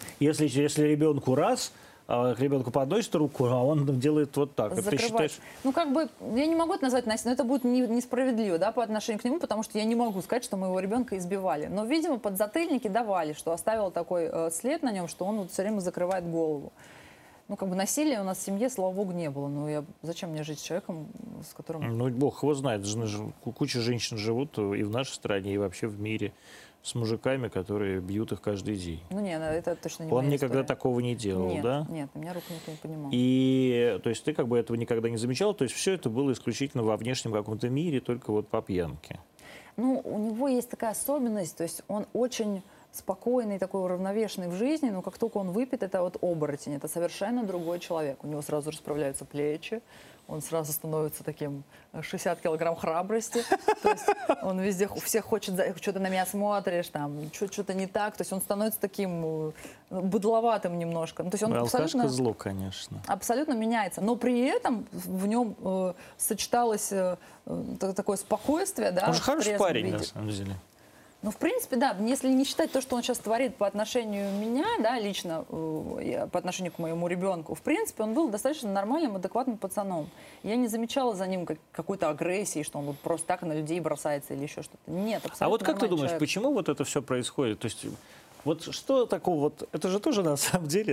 если ребенку раз, а к ребенку подносит руку, а он делает вот так. Ты считаешь... Ну, я не могу это назвать насилием, но это будет несправедливо, да, по отношению к нему, потому что я не могу сказать, что моего ребенка избивали. Но, видимо, подзатыльники давали, что оставил такой след на нем, что он вот все время закрывает голову. Ну, насилия у нас в семье, слава богу, не было. Ну, зачем мне жить с человеком, с которым... Ну, бог его знает. Куча женщин живут и в нашей стране, и вообще в мире с мужиками, которые бьют их каждый день. Ну, нет, это точно не Он моя никогда история. такого не делал, нет, да? Нет, у меня руку никто не поднимал. И, то есть, ты этого никогда не замечал? То есть, все это было исключительно во внешнем каком-то мире, только вот по пьянке? Ну, у него есть такая особенность, то есть он очень спокойный, такой уравновешенный в жизни, но как только он выпьет, это вот оборотень, это совершенно другой человек. У него сразу расправляются плечи, он сразу становится таким 60 килограмм храбрости. То есть он везде, у всех хочет, что ты на меня смотришь, там, что-то не так. То есть он становится таким быдловатым немножко. Ну, то есть он абсолютно зло, конечно. Абсолютно меняется. Но при этом в нем сочеталось такое спокойствие. Да, он же хороший парень, на самом деле. Ну, в принципе, да, если не считать то, что он сейчас творит по отношению меня, да, лично по отношению к моему ребенку, в принципе, он был достаточно нормальным, адекватным пацаном. Я не замечала за ним какой-то агрессии, что он вот просто так на людей бросается или еще что-то. Нет, абсолютно. А вот как ты думаешь, человек. Почему вот это все происходит? То есть вот что такого вот, это же тоже на самом деле,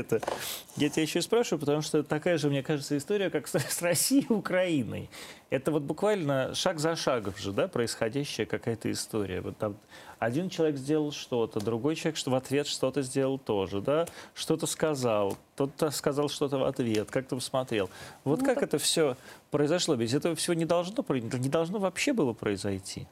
я тебя еще и спрашиваю, потому что это такая же, мне кажется, история, как с Россией и Украиной. Это вот буквально шаг за шагом же, да, происходящая какая-то история. Вот там один человек сделал что-то, другой человек в ответ что-то сделал тоже, да, что-то сказал, кто-то сказал что-то в ответ, как-то посмотрел. Вот как это все произошло? Ведь этого всего не должно вообще было произойти.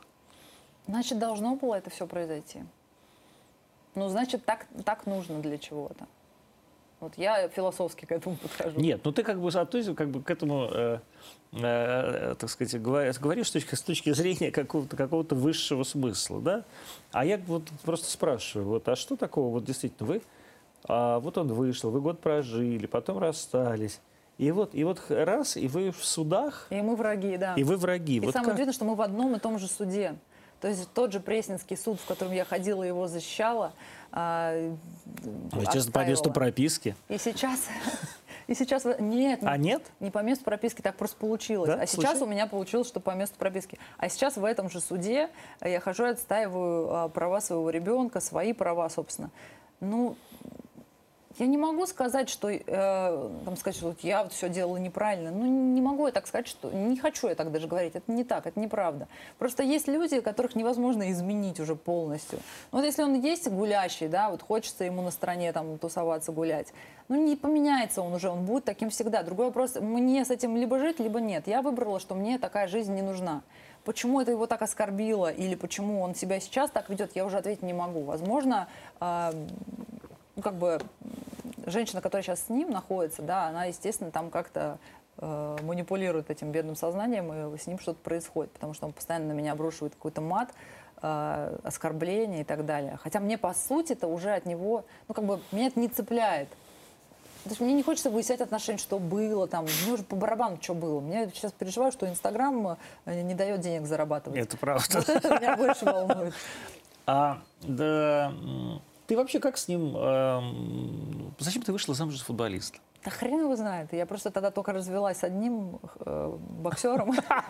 Значит, должно было это все произойти. Ну, значит, так нужно для чего-то. Вот я философски к этому подхожу. Нет, ну ты как бы относишься как бы к этому, так сказать, говоришь с точки зрения какого-то высшего смысла, да? А я вот просто спрашиваю, вот, а что такого, вот действительно, вот он вышел, вы год прожили, потом расстались, и вот раз, и вы в судах, И мы враги, да. и вы враги. И Вот самое как? удивительное, что мы в одном и том же суде. То есть тот же Пресненский суд, в котором я ходила и его защищала, Ну, естественно, по месту отстаивала. прописки. И сейчас... Нет, А нет? не по месту прописки, так просто получилось. Да? А сейчас Случайно? у меня получилось, что по месту прописки. А сейчас в этом же суде я хожу и отстаиваю права своего ребенка, свои права, собственно. Ну, я не могу сказать, что, там, сказать, что вот я вот все делала неправильно. Ну, не могу я так сказать, что... Не хочу я так даже говорить. Это не так, это неправда. Просто есть люди, которых невозможно изменить уже полностью. Ну, вот если он есть гулящий, да, вот хочется ему на стороне там тусоваться, гулять, ну, не поменяется он уже, он будет таким всегда. Другой вопрос, мне с этим либо жить, либо нет. Я выбрала, что мне такая жизнь не нужна. Почему это его так оскорбило или почему он себя сейчас так ведет, я уже ответить не могу. Возможно, ну, как бы женщина, которая сейчас с ним находится, да, она, естественно, там как-то манипулирует этим бедным сознанием, и с ним что-то происходит, потому что он постоянно на меня обрушивает какой-то мат, оскорбления и так далее. Хотя мне, по сути, это уже от него, ну, как бы, меня это не цепляет. То есть мне не хочется выяснять отношения, что было там, мне уже по барабану, что было. Мне сейчас переживаю, что Инстаграм не дает денег зарабатывать. Это правда. Вот это меня больше волнует. Да, ты вообще как с ним... зачем ты вышла замуж за футболиста? Да хрен его знает. Я просто тогда только развелась с одним боксером.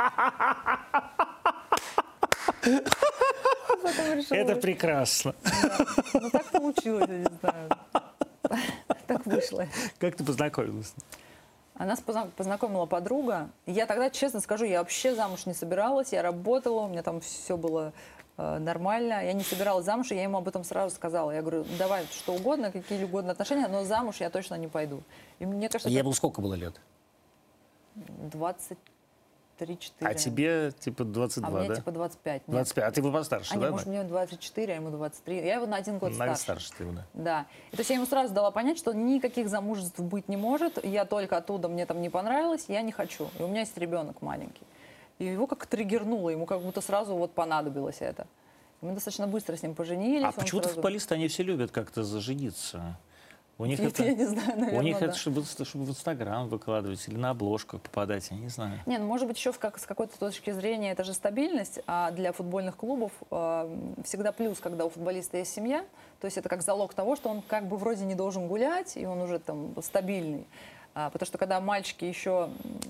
Это прекрасно. Ну так получилось, я не знаю. Так вышло. Как ты познакомилась? А нас познакомила подруга. Я тогда, честно скажу, я вообще замуж не собиралась. Я работала, у меня там все было нормально. Я не собиралась замуж, и я ему об этом сразу сказала. Я говорю, давай что угодно, какие угодно отношения, но замуж я точно не пойду. И мне кажется, Ей было сколько было лет? 23-4. А тебе типа 22, А мне да? типа 25. Нет. 25. А ты был постарше, А да? нет, может, мне 24, а ему 23. Я его на 1 год Много старше. старше ты его, да. Да. И то есть я ему сразу дала понять, что никаких замужеств быть не может. Я только оттуда, мне там не понравилось, я не хочу. И у меня есть ребенок маленький. И его как триггернуло, ему как будто сразу вот понадобилось это. И мы достаточно быстро с ним поженились. А он почему-то сразу... футболисты, они все любят как-то зажениться. У них это, Я не знаю, наверное, у них да. это чтобы в Инстаграм выкладывать или на обложках попадать, я не знаю. Не, ну, может быть, еще с какой-то точки зрения это же стабильность, а для футбольных клубов всегда плюс, когда у футболиста есть семья, то есть это как залог того, что он как бы вроде не должен гулять, и он уже там стабильный. Потому что когда мальчики еще,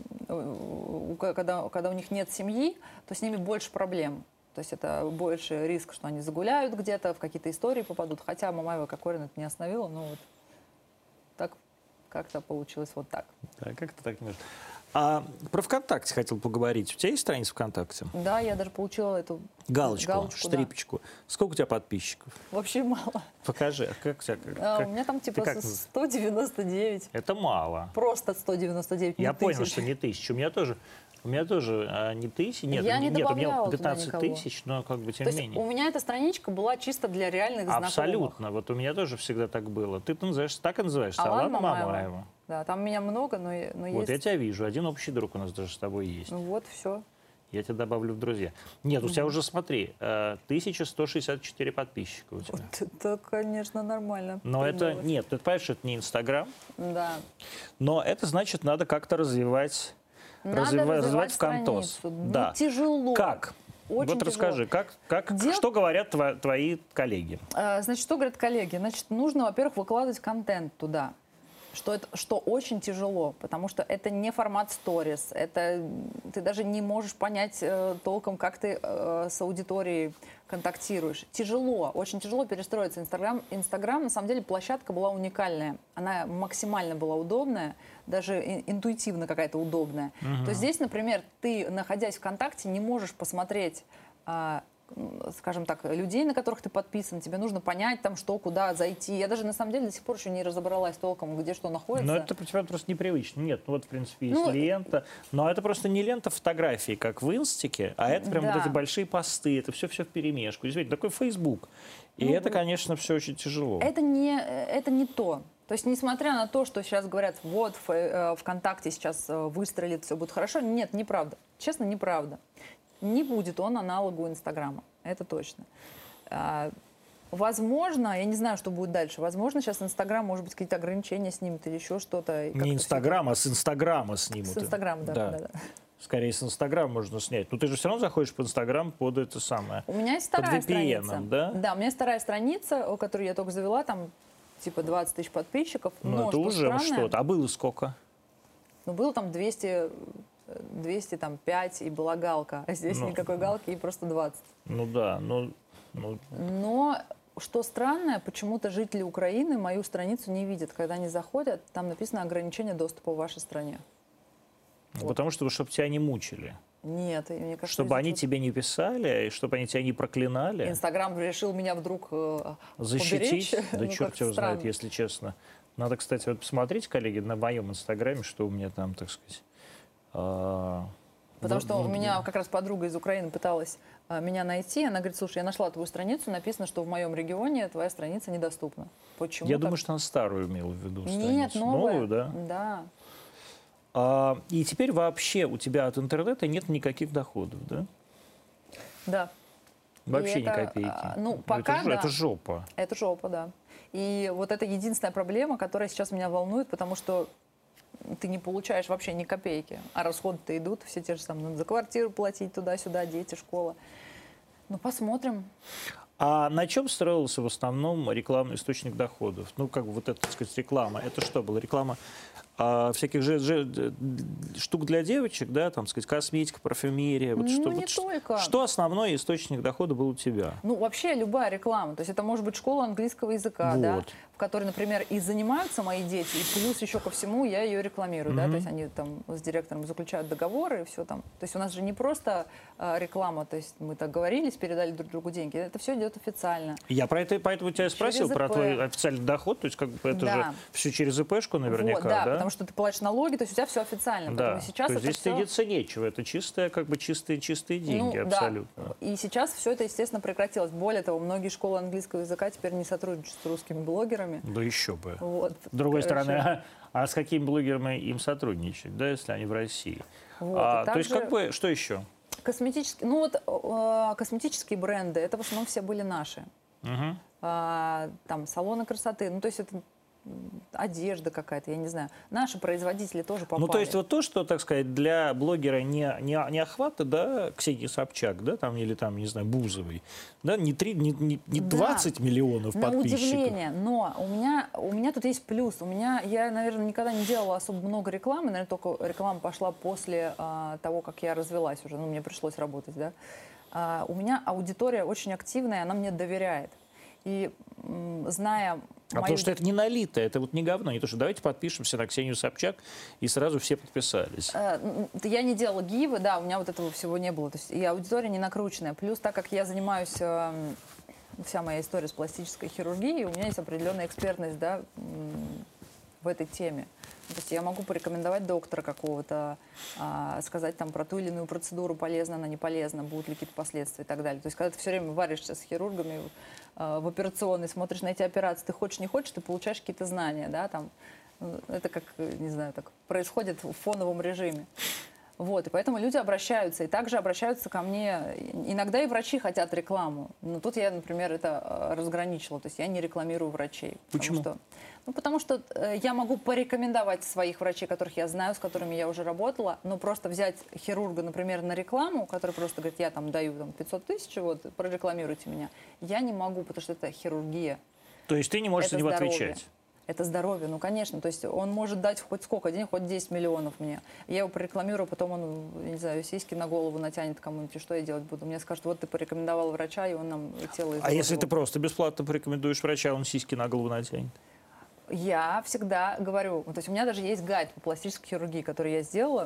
когда у них нет семьи, то с ними больше проблем. То есть это больше риск, что они загуляют где-то, в какие-то истории попадут. Хотя Мамаева Кокорин это не остановила, но вот так как-то получилось вот так. Да, как-то так может. А про ВКонтакте хотел поговорить. У тебя есть страница ВКонтакте? Да, я даже получила эту Галочку, да. штрипочку. Сколько у тебя подписчиков? Вообще мало. Покажи. Как у тебя? У меня там типа 199. Это мало. Просто 199, не Я понял, тысяч. что не 1000. У меня тоже не 1000. Нет, Я не нет, у меня добавляла туда 15 никого. тысяч, но как бы тем То не есть менее. у меня эта страничка была чисто для реальных знакомых. Абсолютно. Вот у меня тоже всегда так было. Ты называешься, так и называешься, Алана Алана Мамаева. Мамаева. Да, там меня много, но Вот есть. я тебя вижу. Один общий друг у нас даже с тобой есть. Ну вот, все. Я тебя добавлю в друзья. Нет, у тебя уже, смотри, 1164 подписчика у тебя. Вот это, конечно, нормально. Но это, Придумалось. нет, ты понимаешь, что это не Инстаграм, Да. но это значит, надо как-то развивать Надо ВКонтос. страницу. Да. Ну, тяжело. Как? Очень Вот расскажи, что говорят твои коллеги? Значит, что говорят коллеги? Значит, нужно, во-первых, выкладывать контент туда. Что очень тяжело, потому что это не формат сторис, это ты даже не можешь понять толком, как ты с аудиторией контактируешь. Тяжело, очень тяжело перестроиться. Инстаграм, на самом деле, площадка была уникальная. Она максимально была удобная, даже интуитивно какая-то удобная. То есть здесь, например, ты, находясь ВКонтакте, не можешь посмотреть, скажем так, людей, на которых ты подписан, тебе нужно понять, там, что, куда зайти. Я даже, на самом деле, до сих пор еще не разобралась толком, где что находится. Но это у тебя просто непривычно. Нет, ну вот, в принципе, есть Ну, лента. Но это просто не лента фотографий, как в Инстике, а это прям Да. вот эти большие посты, это все вперемешку. Действительно, такой Фейсбук. И это, конечно, все очень тяжело. Это не то. То есть, несмотря на то, что сейчас говорят, вот ВКонтакте сейчас выстрелит, все будет хорошо, нет, неправда. Честно, неправда. Не будет он аналогу Инстаграма, это точно. Возможно, я не знаю, что будет дальше. Возможно, сейчас Инстаграм, может быть, какие-то ограничения снимет или еще что-то. Не Инстаграм, а с Инстаграма снимут. С Инстаграма, да. Скорее, с Инстаграма можно снять. Но ты же все равно заходишь по Инстаграм под это самое. У меня есть вторая страница. Да? Да, у меня есть вторая страница, которую я только завела, там типа 20 тысяч подписчиков. Ну, это уже что-то. А было сколько? Ну, было там 205, и была галка. А здесь никакой галки, и просто 20. Ну да, Но что странное, почему-то жители Украины мою страницу не видят. Когда они заходят, там написано ограничение доступа в вашей стране. Вот. Потому что, чтобы тебя не мучили. Нет, мне кажется... Чтобы они тебе не писали, и чтобы они тебя не проклинали. Инстаграм решил меня вдруг защитить? поберечь. Да черт его знает, если честно. Надо, кстати, вот посмотреть, коллеги, на моем Инстаграме, что у меня там, так сказать... Потому что у меня как раз подруга из Украины пыталась меня найти. Она говорит, слушай, я нашла твою страницу, написано, что в моем регионе твоя страница недоступна. Почему? Я думаю, что она старую имела в виду страницу. Нет, новую, да? Да. И теперь вообще у тебя от интернета нет никаких доходов, да? Да. Вообще ни копейки. Ну, пока это жопа. Это жопа, да. И вот это единственная проблема, которая сейчас меня волнует, потому что ты не получаешь вообще ни копейки, а расходы-то идут, все те же самые, надо за квартиру платить туда-сюда, дети, школа. Ну, посмотрим. А на чем строился в основном рекламный источник доходов? Ну, как бы вот эта, так сказать, реклама. Это что было? Реклама всяких штук для девочек, да, там, так сказать, косметика, парфюмерия. Вот ну, не только. Что основной источник дохода был у тебя? Ну, вообще любая реклама. То есть это может быть школа английского языка, вот. Да, в которой, например, и занимаются мои дети, и плюс еще ко всему я ее рекламирую, да, то есть они там с директором заключают договоры и все там. То есть у нас же не просто реклама, то есть мы так говорились, передали друг другу деньги, это все идет официально. Я поэтому тебя спросил про твой официальный доход, то есть как бы это же все через ИПшку наверняка, вот, да? Потому что ты платишь налоги, то есть у тебя все официально. Да, сейчас то есть здесь стыдиться нечего, это чистые деньги, абсолютно. Да. И сейчас все это, естественно, прекратилось. Более того, многие школы английского языка теперь не сотрудничают с русскими блогерами. Да еще бы. Вот. С другой стороны, а с какими блогерами им сотрудничать, да, если они в России? Вот, то есть как бы, что еще? Косметические, косметические бренды, это в основном все были наши. Угу. Там салоны красоты, ну то есть это одежда какая-то, я не знаю. Наши производители тоже попали. Ну, то есть вот то, что, так сказать, для блогера не охвата, да, Ксении Собчак, да, там, или там, не знаю, Бузовой, да, не 20 миллионов на подписчиков. Удивление, но у меня тут есть плюс. Я, наверное, никогда не делала особо много рекламы, наверное, только реклама пошла после того, как я развелась уже, ну, мне пришлось работать, да. У меня аудитория очень активная, она мне доверяет. И зная... Потому что это не налито, это вот не говно. Не то, что давайте подпишемся на Ксению Собчак, и сразу все подписались. Я не делала гивы, да, у меня вот этого всего не было. То есть и аудитория не накрученная. Плюс, так как я занимаюсь, вся моя история с пластической хирургией, у меня есть определенная экспертность, да, в этой теме. То есть я могу порекомендовать доктора какого-то, сказать там про ту или иную процедуру, полезна она, не полезна, будут ли какие-то последствия и так далее. То есть когда ты все время варишься с хирургами в операционной, смотришь на эти операции, ты хочешь, не хочешь, ты получаешь какие-то знания, да, там, это как, не знаю, так происходит в фоновом режиме. Вот, и поэтому люди обращаются, и также обращаются ко мне. Иногда и врачи хотят рекламу. Но тут я, например, это разграничила. То есть я не рекламирую врачей. Почему? Потому что я могу порекомендовать своих врачей, которых я знаю, с которыми я уже работала, но просто взять хирурга, например, на рекламу, который просто говорит, я там даю 500 тысяч, вот, прорекламируйте меня. Я не могу, потому что это хирургия. То есть ты не можешь на него отвечать? Это здоровье, ну, конечно. То есть он может дать хоть сколько денег, хоть 10 миллионов мне. Я его порекламирую, потом он, не знаю, сиськи на голову натянет кому-нибудь, и что я делать буду? Мне скажут, вот ты порекомендовал врача, и он нам тело изложил. А если ты просто бесплатно порекомендуешь врача, он сиськи на голову натянет? Я всегда говорю, то есть у меня даже есть гайд по пластической хирургии, который я сделала.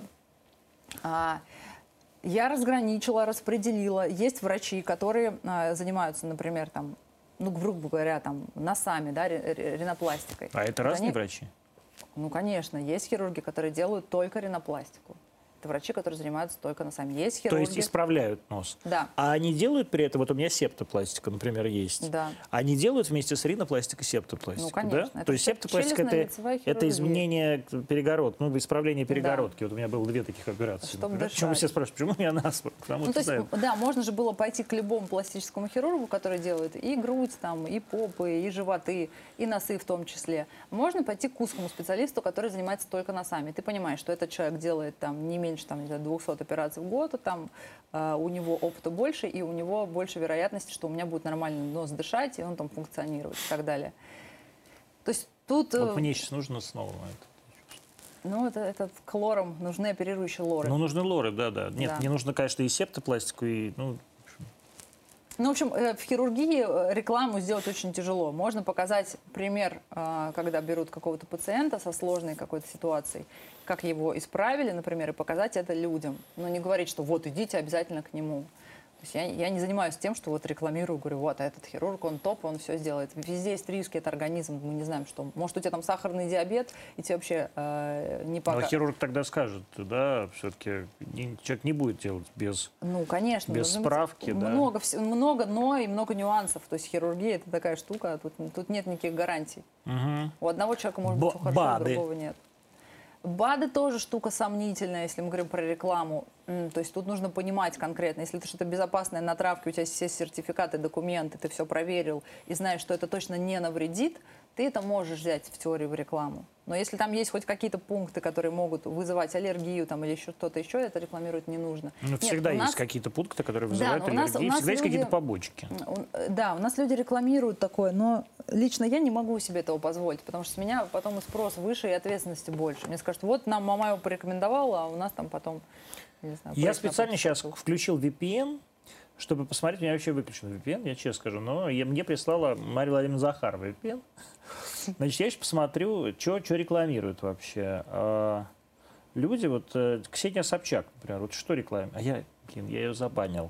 Я разграничила, распределила. Есть врачи, которые занимаются, например, там, ну, грубо говоря, там, носами, да, ринопластикой. А это разные врачи? Ну, конечно. Есть хирурги, которые делают только ринопластику. это врачи, которые занимаются только носами. Есть То хирурги. есть исправляют нос. Да. А они делают при этом, вот у меня септопластика, например, есть. Да. Они делают вместе с ринопластикой септопластику, Ну, конечно. да? Это То есть всё септопластика челюстно-лицевая это хирургия. изменение перегородки, ну, исправление перегородки. Вот у меня было 2 таких операции. Чтобы например. дышать. Почему все спрашивают, почему у меня насморк? Потому Ну, что то есть, знаю. да, можно же было пойти к любому пластическому хирургу, который делает и грудь, там, и попы, и животы, и носы в том числе. Можно пойти к узкому специалисту, который занимается только носами. Ты понимаешь, что этот человек делает там не меньше там, не знаю, 200 операций в год, там у него опыта больше, и у него больше вероятности, что у меня будет нормальный нос дышать, и он там функционировать и так далее. То есть тут... Вот мне сейчас нужно снова это. Ну, это к лорам нужны оперирующие лоры. Ну, нужны лоры, да. Нет, Да. мне нужно, конечно, и септопластику, и, ну, Ну, в общем, в хирургии рекламу сделать очень тяжело. Можно показать пример, когда берут какого-то пациента со сложной какой-то ситуацией, как его исправили, например, и показать это людям. Но не говорить, что вот идите обязательно к нему. То есть я не занимаюсь тем, что вот рекламирую, говорю, вот, а этот хирург, он топ, он все сделает. Везде есть риски, это организм, мы не знаем, что. Может, у тебя там сахарный диабет, и тебе вообще не но пока... хирург тогда скажет, да, все-таки человек не будет делать без... Ну, конечно. Без должно быть справки, да. много «но» и много нюансов. То есть хирургия – это такая штука, тут нет никаких гарантий. Угу. У одного человека может быть все хорошо, у БАДы. другого нет. БАДы тоже штука сомнительная, если мы говорим про рекламу. То есть тут нужно понимать конкретно. Если это что-то безопасное на травке, у тебя все сертификаты, документы, ты все проверил и знаешь, что это точно не навредит, ты это можешь взять в теорию в рекламу. Но если там есть хоть какие-то пункты, которые могут вызывать аллергию там, или еще что-то еще, это рекламировать не нужно. Ну, Нет, всегда у есть нас- какие-то пункты, которые вызывают но у нас аллергию, всегда есть люди- какие-то побочки. Да, у нас люди рекламируют такое, но лично я не могу себе этого позволить, потому что с меня потом и спрос выше, и ответственности больше. Мне скажут, вот нам мама его порекомендовала, а у нас там потом, не знаю... Я поезд специально напротив сейчас пошел. включил VPN, чтобы посмотреть, у меня вообще выключен VPN, я честно скажу, но мне прислала Мария Владимировна Захарова VPN. Значит, я сейчас посмотрю, что рекламируют вообще. Люди, вот Ксения Собчак, например, вот что рекламирует? А я ее забанил.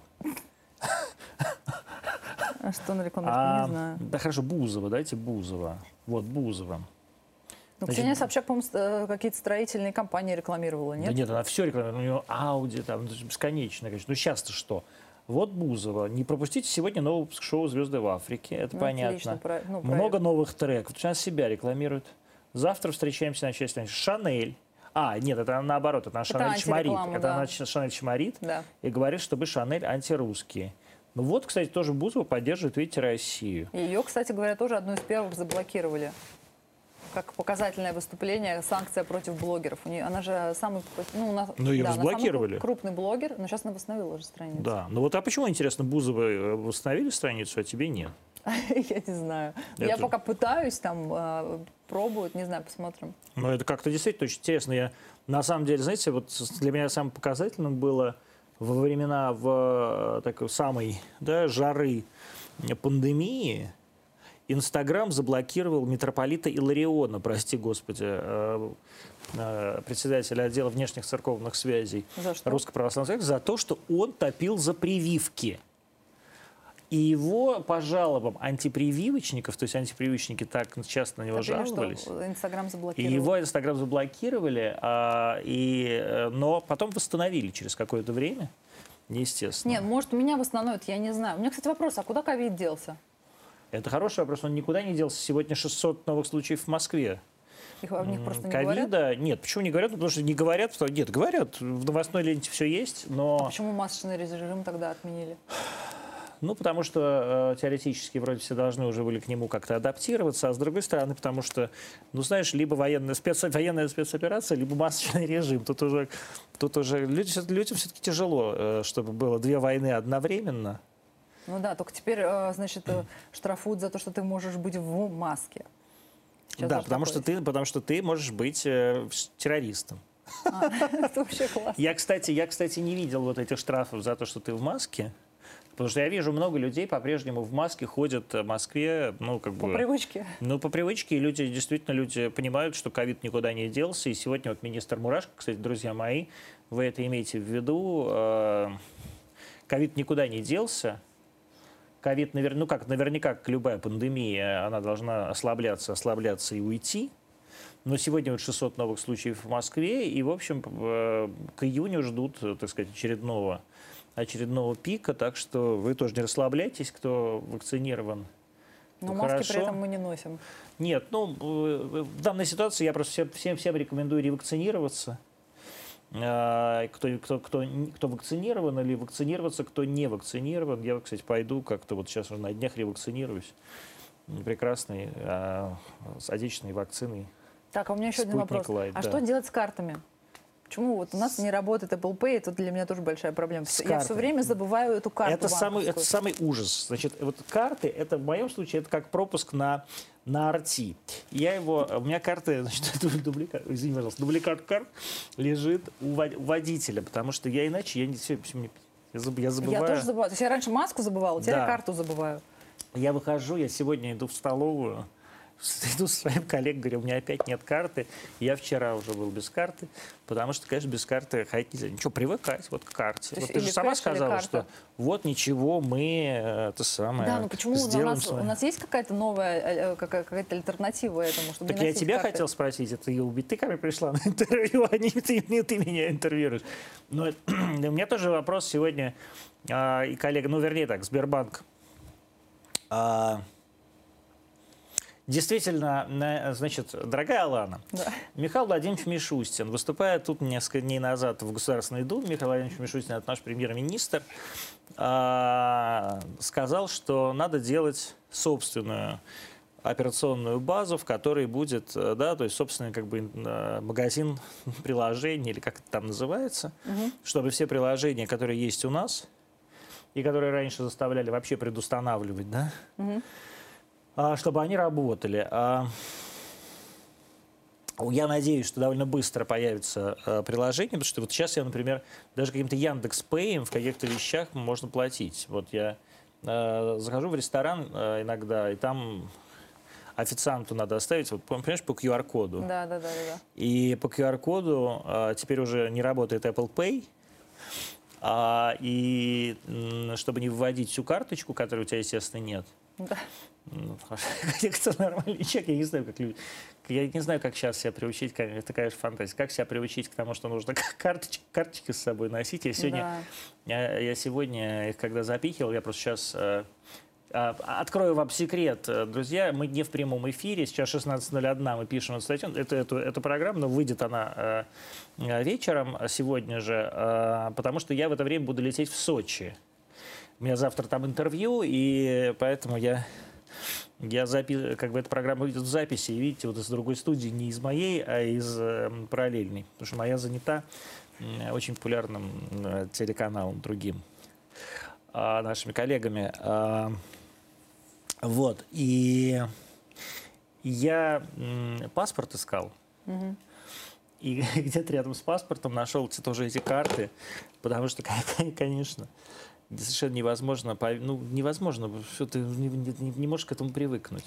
А что на рекламирует, не знаю. Да хорошо, Бузова, дайте Бузова. Вот, Бузова. Ну, значит, Ксения Собчак, по-моему, какие-то строительные компании рекламировала, нет? Да нет, она все рекламирует. У нее Ауди, там, бесконечно, конечно. Ну сейчас-то что? Вот Бузова. Не пропустите сегодня новый выпуск шоу «Звезды в Африке». Это Ну, понятно. отлично, Много новых треков. Она себя рекламирует. Завтра встречаемся на части. Шанель. Нет, это наоборот. Это Шанель чморит. антиреклама, Это да. она Шанель чморит Да. и говорит, чтобы Шанель антирусские. Ну вот, кстати, тоже Бузова поддерживает, видите, Россию. Ее, кстати говоря, тоже одну из первых заблокировали. Как показательное выступление, санкция против блогеров. Она же самый... Ну, ее она разблокировали. самый крупный блогер, но сейчас она восстановила уже страницу. Да. Ну вот, а почему, интересно, Бузовой восстановили страницу, а тебе нет? Я не знаю. Я Это- пока пытаюсь, там, пробую, не знаю, посмотрим. Ну, это как-то действительно очень интересно. На самом деле, знаете, вот для меня самым показательным было во времена такой самой жары пандемии Инстаграм заблокировал митрополита Илариона, прости господи, председателя отдела внешних церковных связей За что? Русской Православной Церкви, за то, что он топил за прививки. И его по жалобам антипрививочников, то есть антипрививочники так часто на него Топили, жаловались, что Инстаграм и заблокировал. его Инстаграм заблокировали, но потом восстановили через какое-то время, естественно. Нет, может, меня восстановят, я не знаю. У меня, кстати, вопрос, а куда ковид делся? Это хороший вопрос, он никуда не делся. Сегодня 600 новых случаев в Москве. О них просто не говорят? Ковида нет. Почему не говорят? Ну, потому что не говорят. Нет, говорят. В новостной ленте все есть, но... Почему масочный режим тогда отменили? Ну, потому что теоретически вроде все должны уже были к нему как-то адаптироваться, а с другой стороны, потому что, ну, знаешь, либо военная спецоперация, либо масочный режим. Тут уже людям все-таки тяжело, чтобы было 2 войны одновременно. Ну да, только теперь, значит, штрафуют за то, что ты можешь быть в маске. Сейчас Да, даже потому что ты можешь быть террористом. Это вообще классно. Я, кстати, не видел вот этих штрафов за то, что ты в маске. Потому что я вижу, много людей по-прежнему в маске ходят в Москве, ну, как бы... По привычке. Ну, по привычке, и люди понимают, что ковид никуда не делся. И сегодня вот министр Мурашко, кстати, друзья мои, вы это имейте в виду, ковид никуда не делся. Ковид, наверняка, как любая пандемия, она должна ослабляться и уйти. Но сегодня вот 600 новых случаев в Москве, и, в общем, к июню ждут, так сказать, очередного пика, так что вы тоже не расслабляйтесь, кто вакцинирован. Но Ну, маски хорошо. при этом мы не носим. Нет, ну, в данной ситуации я просто всем рекомендую ревакцинироваться. Кто вакцинирован, или вакцинироваться, кто не вакцинирован. Я, кстати, пойду как-то вот сейчас уже на днях ревакцинируюсь. Прекрасной с отечественной вакциной. Так, а у меня еще один вопрос. Light, а да. что делать с картами? Почему вот у нас не работает Apple Pay, это для меня тоже большая проблема. С Я все картами. время забываю эту карту Это банковскую. самый ужас. Значит, вот карты, это в моем случае, это как пропуск на RT. У меня карты, значит, дубликат, извини, пожалуйста, дубликат карт лежит у водителя, потому что я иначе, я забываю. Я тоже забываю. То есть я раньше маску забывала, теперь Да. я карту забываю. Я выхожу, я сегодня иду в столовую, иду со своим коллегой, говорю, у меня опять нет карты. Я вчера уже был без карты, потому что, конечно, без карты ходить нельзя. Ничего, привыкать вот к карте. То Вот есть ты же или сама кэш, или сказала, карта. что вот ничего, мы это самое Да, но почему сделаем. у нас есть какая-то новая, какая-то альтернатива этому, чтобы Так не я носить тебя карты? хотел спросить, это ты ко мне пришла на интервью, а не ты меня интервьюируешь. Но у меня тоже вопрос сегодня, и коллега, Сбербанк. Действительно, значит, дорогая Алана, Да. Михаил Владимирович Мишустин, выступая тут несколько дней назад в Государственной Думе, Михаил Владимирович Мишустин, это наш премьер-министр, сказал, что надо делать собственную операционную базу, в которой будет, то есть собственный магазин приложений, или как это там называется, чтобы все приложения, которые есть у нас, и которые раньше заставляли вообще предустанавливать, чтобы они работали. Я надеюсь, что довольно быстро появится приложение, потому что вот сейчас я, например, даже каким-то Яндекс.Пэем в каких-то вещах можно платить. Вот я захожу в ресторан иногда, и там официанту надо оставить, вот, понимаешь, по QR-коду. Да. И по QR-коду теперь уже не работает Apple Pay. И чтобы не вводить всю карточку, которой у тебя, естественно, нет. Да. Кто нормальный человек, я не знаю, как сейчас себя приучить, это, конечно, фантазия, как себя приучить к тому, что нужно карточки с собой носить. Я сегодня их когда запихивал, я просто сейчас открою вам секрет, друзья, мы не в прямом эфире, сейчас 16:01, мы пишем эту статью, эту программу, но выйдет она вечером сегодня же, потому что я в это время буду лететь в Сочи. У меня завтра там интервью, и поэтому эта программа выйдет в записи, и видите, вот из другой студии, не из моей, а из параллельной, потому что моя занята очень популярным телеканалом другим, нашими коллегами. Вот, и я паспорт искал, и где-то рядом с паспортом нашел тоже эти карты, потому что, конечно, совершенно невозможно, что ты не можешь к этому привыкнуть.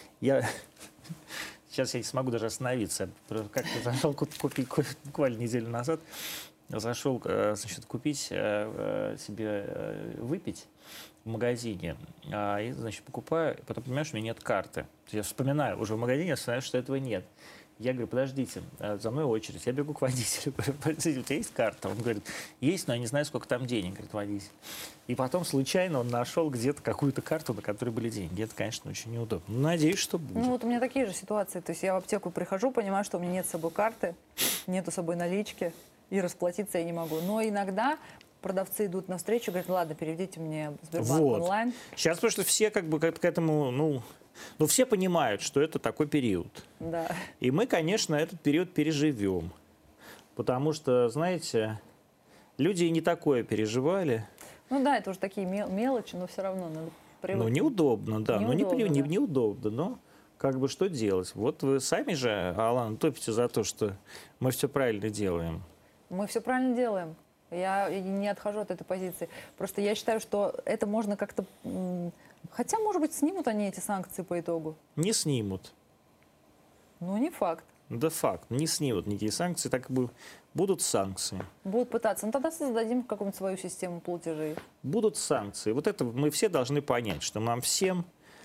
Сейчас я не смогу даже остановиться. Как-то зашел купить буквально неделю назад, зашел, значит, купить себе выпить в магазине, и, значит, покупаю, и потом понимаю, что у меня нет карты. Я вспоминаю уже в магазине, вспоминаю, что этого нет. Я говорю, подождите, за мной очередь. Я бегу к водителю, говорю, у тебя есть карта? Он говорит, есть, но я не знаю, сколько там денег, говорит водитель. И потом случайно он нашел где-то какую-то карту, на которой были деньги. Это, конечно, очень неудобно. Но надеюсь, что будет. Ну вот у меня такие же ситуации. То есть я в аптеку прихожу, понимаю, что у меня нет с собой карты, нету с собой налички, и расплатиться я не могу. Но иногда продавцы идут навстречу, говорят, ладно, переведите мне Сбербанк онлайн. Сейчас потому что все к этому, все понимают, что это такой период. Да. И мы, конечно, этот период переживем. Потому что, знаете, люди и не такое переживали. Ну да, это уже такие мелочи, но все равно надо привыкнуть. Неудобно, да. Неудобно, но что делать? Вот вы сами же, Алана, топите за то, что мы все правильно делаем. Мы все правильно делаем. Я не отхожу от этой позиции. Просто я считаю, что это можно как-то... Хотя, может быть, снимут они эти санкции по итогу. Не снимут. Ну, не факт. Да факт. Не снимут никакие санкции, так и будут санкции. Будут пытаться. Ну, тогда создадим какую-нибудь свою систему платежей. Будут санкции. Вот это мы все должны понять, что нам всем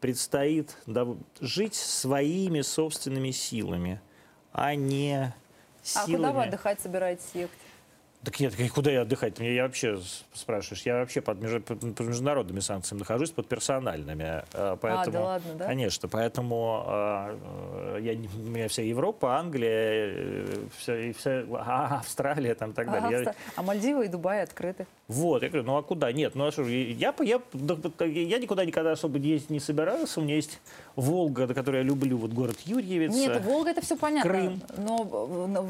предстоит жить своими собственными силами, а не силами. А куда вы отдыхать собираетесь ехать? Так нет, куда я отдыхать? Я вообще, спрашиваешь, я вообще под международными санкциями нахожусь, под персональными. Поэтому, да ладно, да? Конечно, поэтому у меня вся Европа, Англия, Австралия там, и так далее. А Мальдивы и Дубай открыты. Вот, я говорю, ну а куда? Нет, ну а что, я никуда особо ездить не собирался. У меня есть Волга, который я люблю, вот город Юрьевец. Нет, Волга это все понятно. Крым. Но...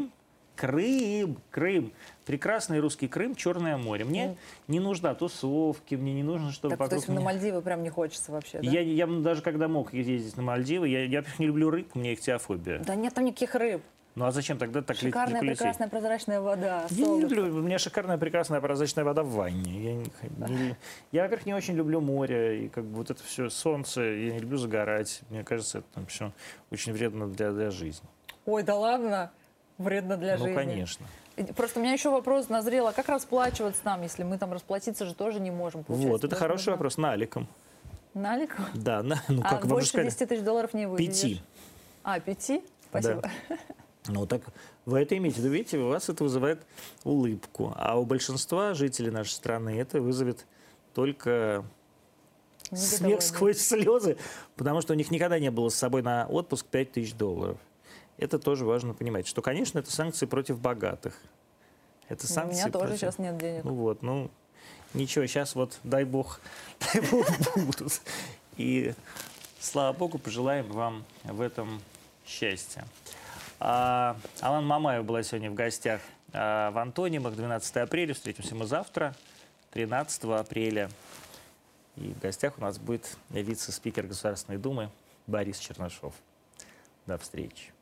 Крым. Прекрасный русский Крым, Черное море. Мне не нужна тусовки, мне не нужно, чтобы так, то есть на Мальдивы прям не хочется вообще, да? Я даже когда мог ездить на Мальдивы, я не люблю рыб, у меня ихтиофобия. Да нет там никаких рыб. Ну а зачем тогда так лететь? Шикарная, прекрасная, прозрачная вода. Я не люблю, у меня шикарная, прекрасная, прозрачная вода в ванне. Я, во-первых, не очень люблю море, и как бы вот это все солнце, я не люблю загорать. Мне кажется, это там все очень вредно для жизни. Ой, да ладно? Вредно для жизни. Ну, конечно. Просто у меня еще вопрос назрел, а как расплачиваться нам, если мы там расплатиться же тоже не можем? Вот, это хороший вопрос, наликом. Наликом? Да, а больше 10 тысяч долларов не вывезешь? 5. 5? Спасибо. Да. Ну, так вы это имеете в виду, видите, у вас это вызывает улыбку, а у большинства жителей нашей страны это вызовет только смех сквозь слезы, потому что у них никогда не было с собой на отпуск 5 тысяч долларов. Это тоже важно понимать, что, конечно, это санкции против богатых. Это санкции у меня тоже сейчас нет денег. Ну вот, ну ничего, сейчас вот дай бог будут. И слава богу, пожелаем вам в этом счастья. Алан Мамаев была сегодня в гостях в Антонимах, 12 апреля. Встретимся мы завтра, 13 апреля. И в гостях у нас будет вице-спикер Государственной Думы Борис Чернышов. До встречи.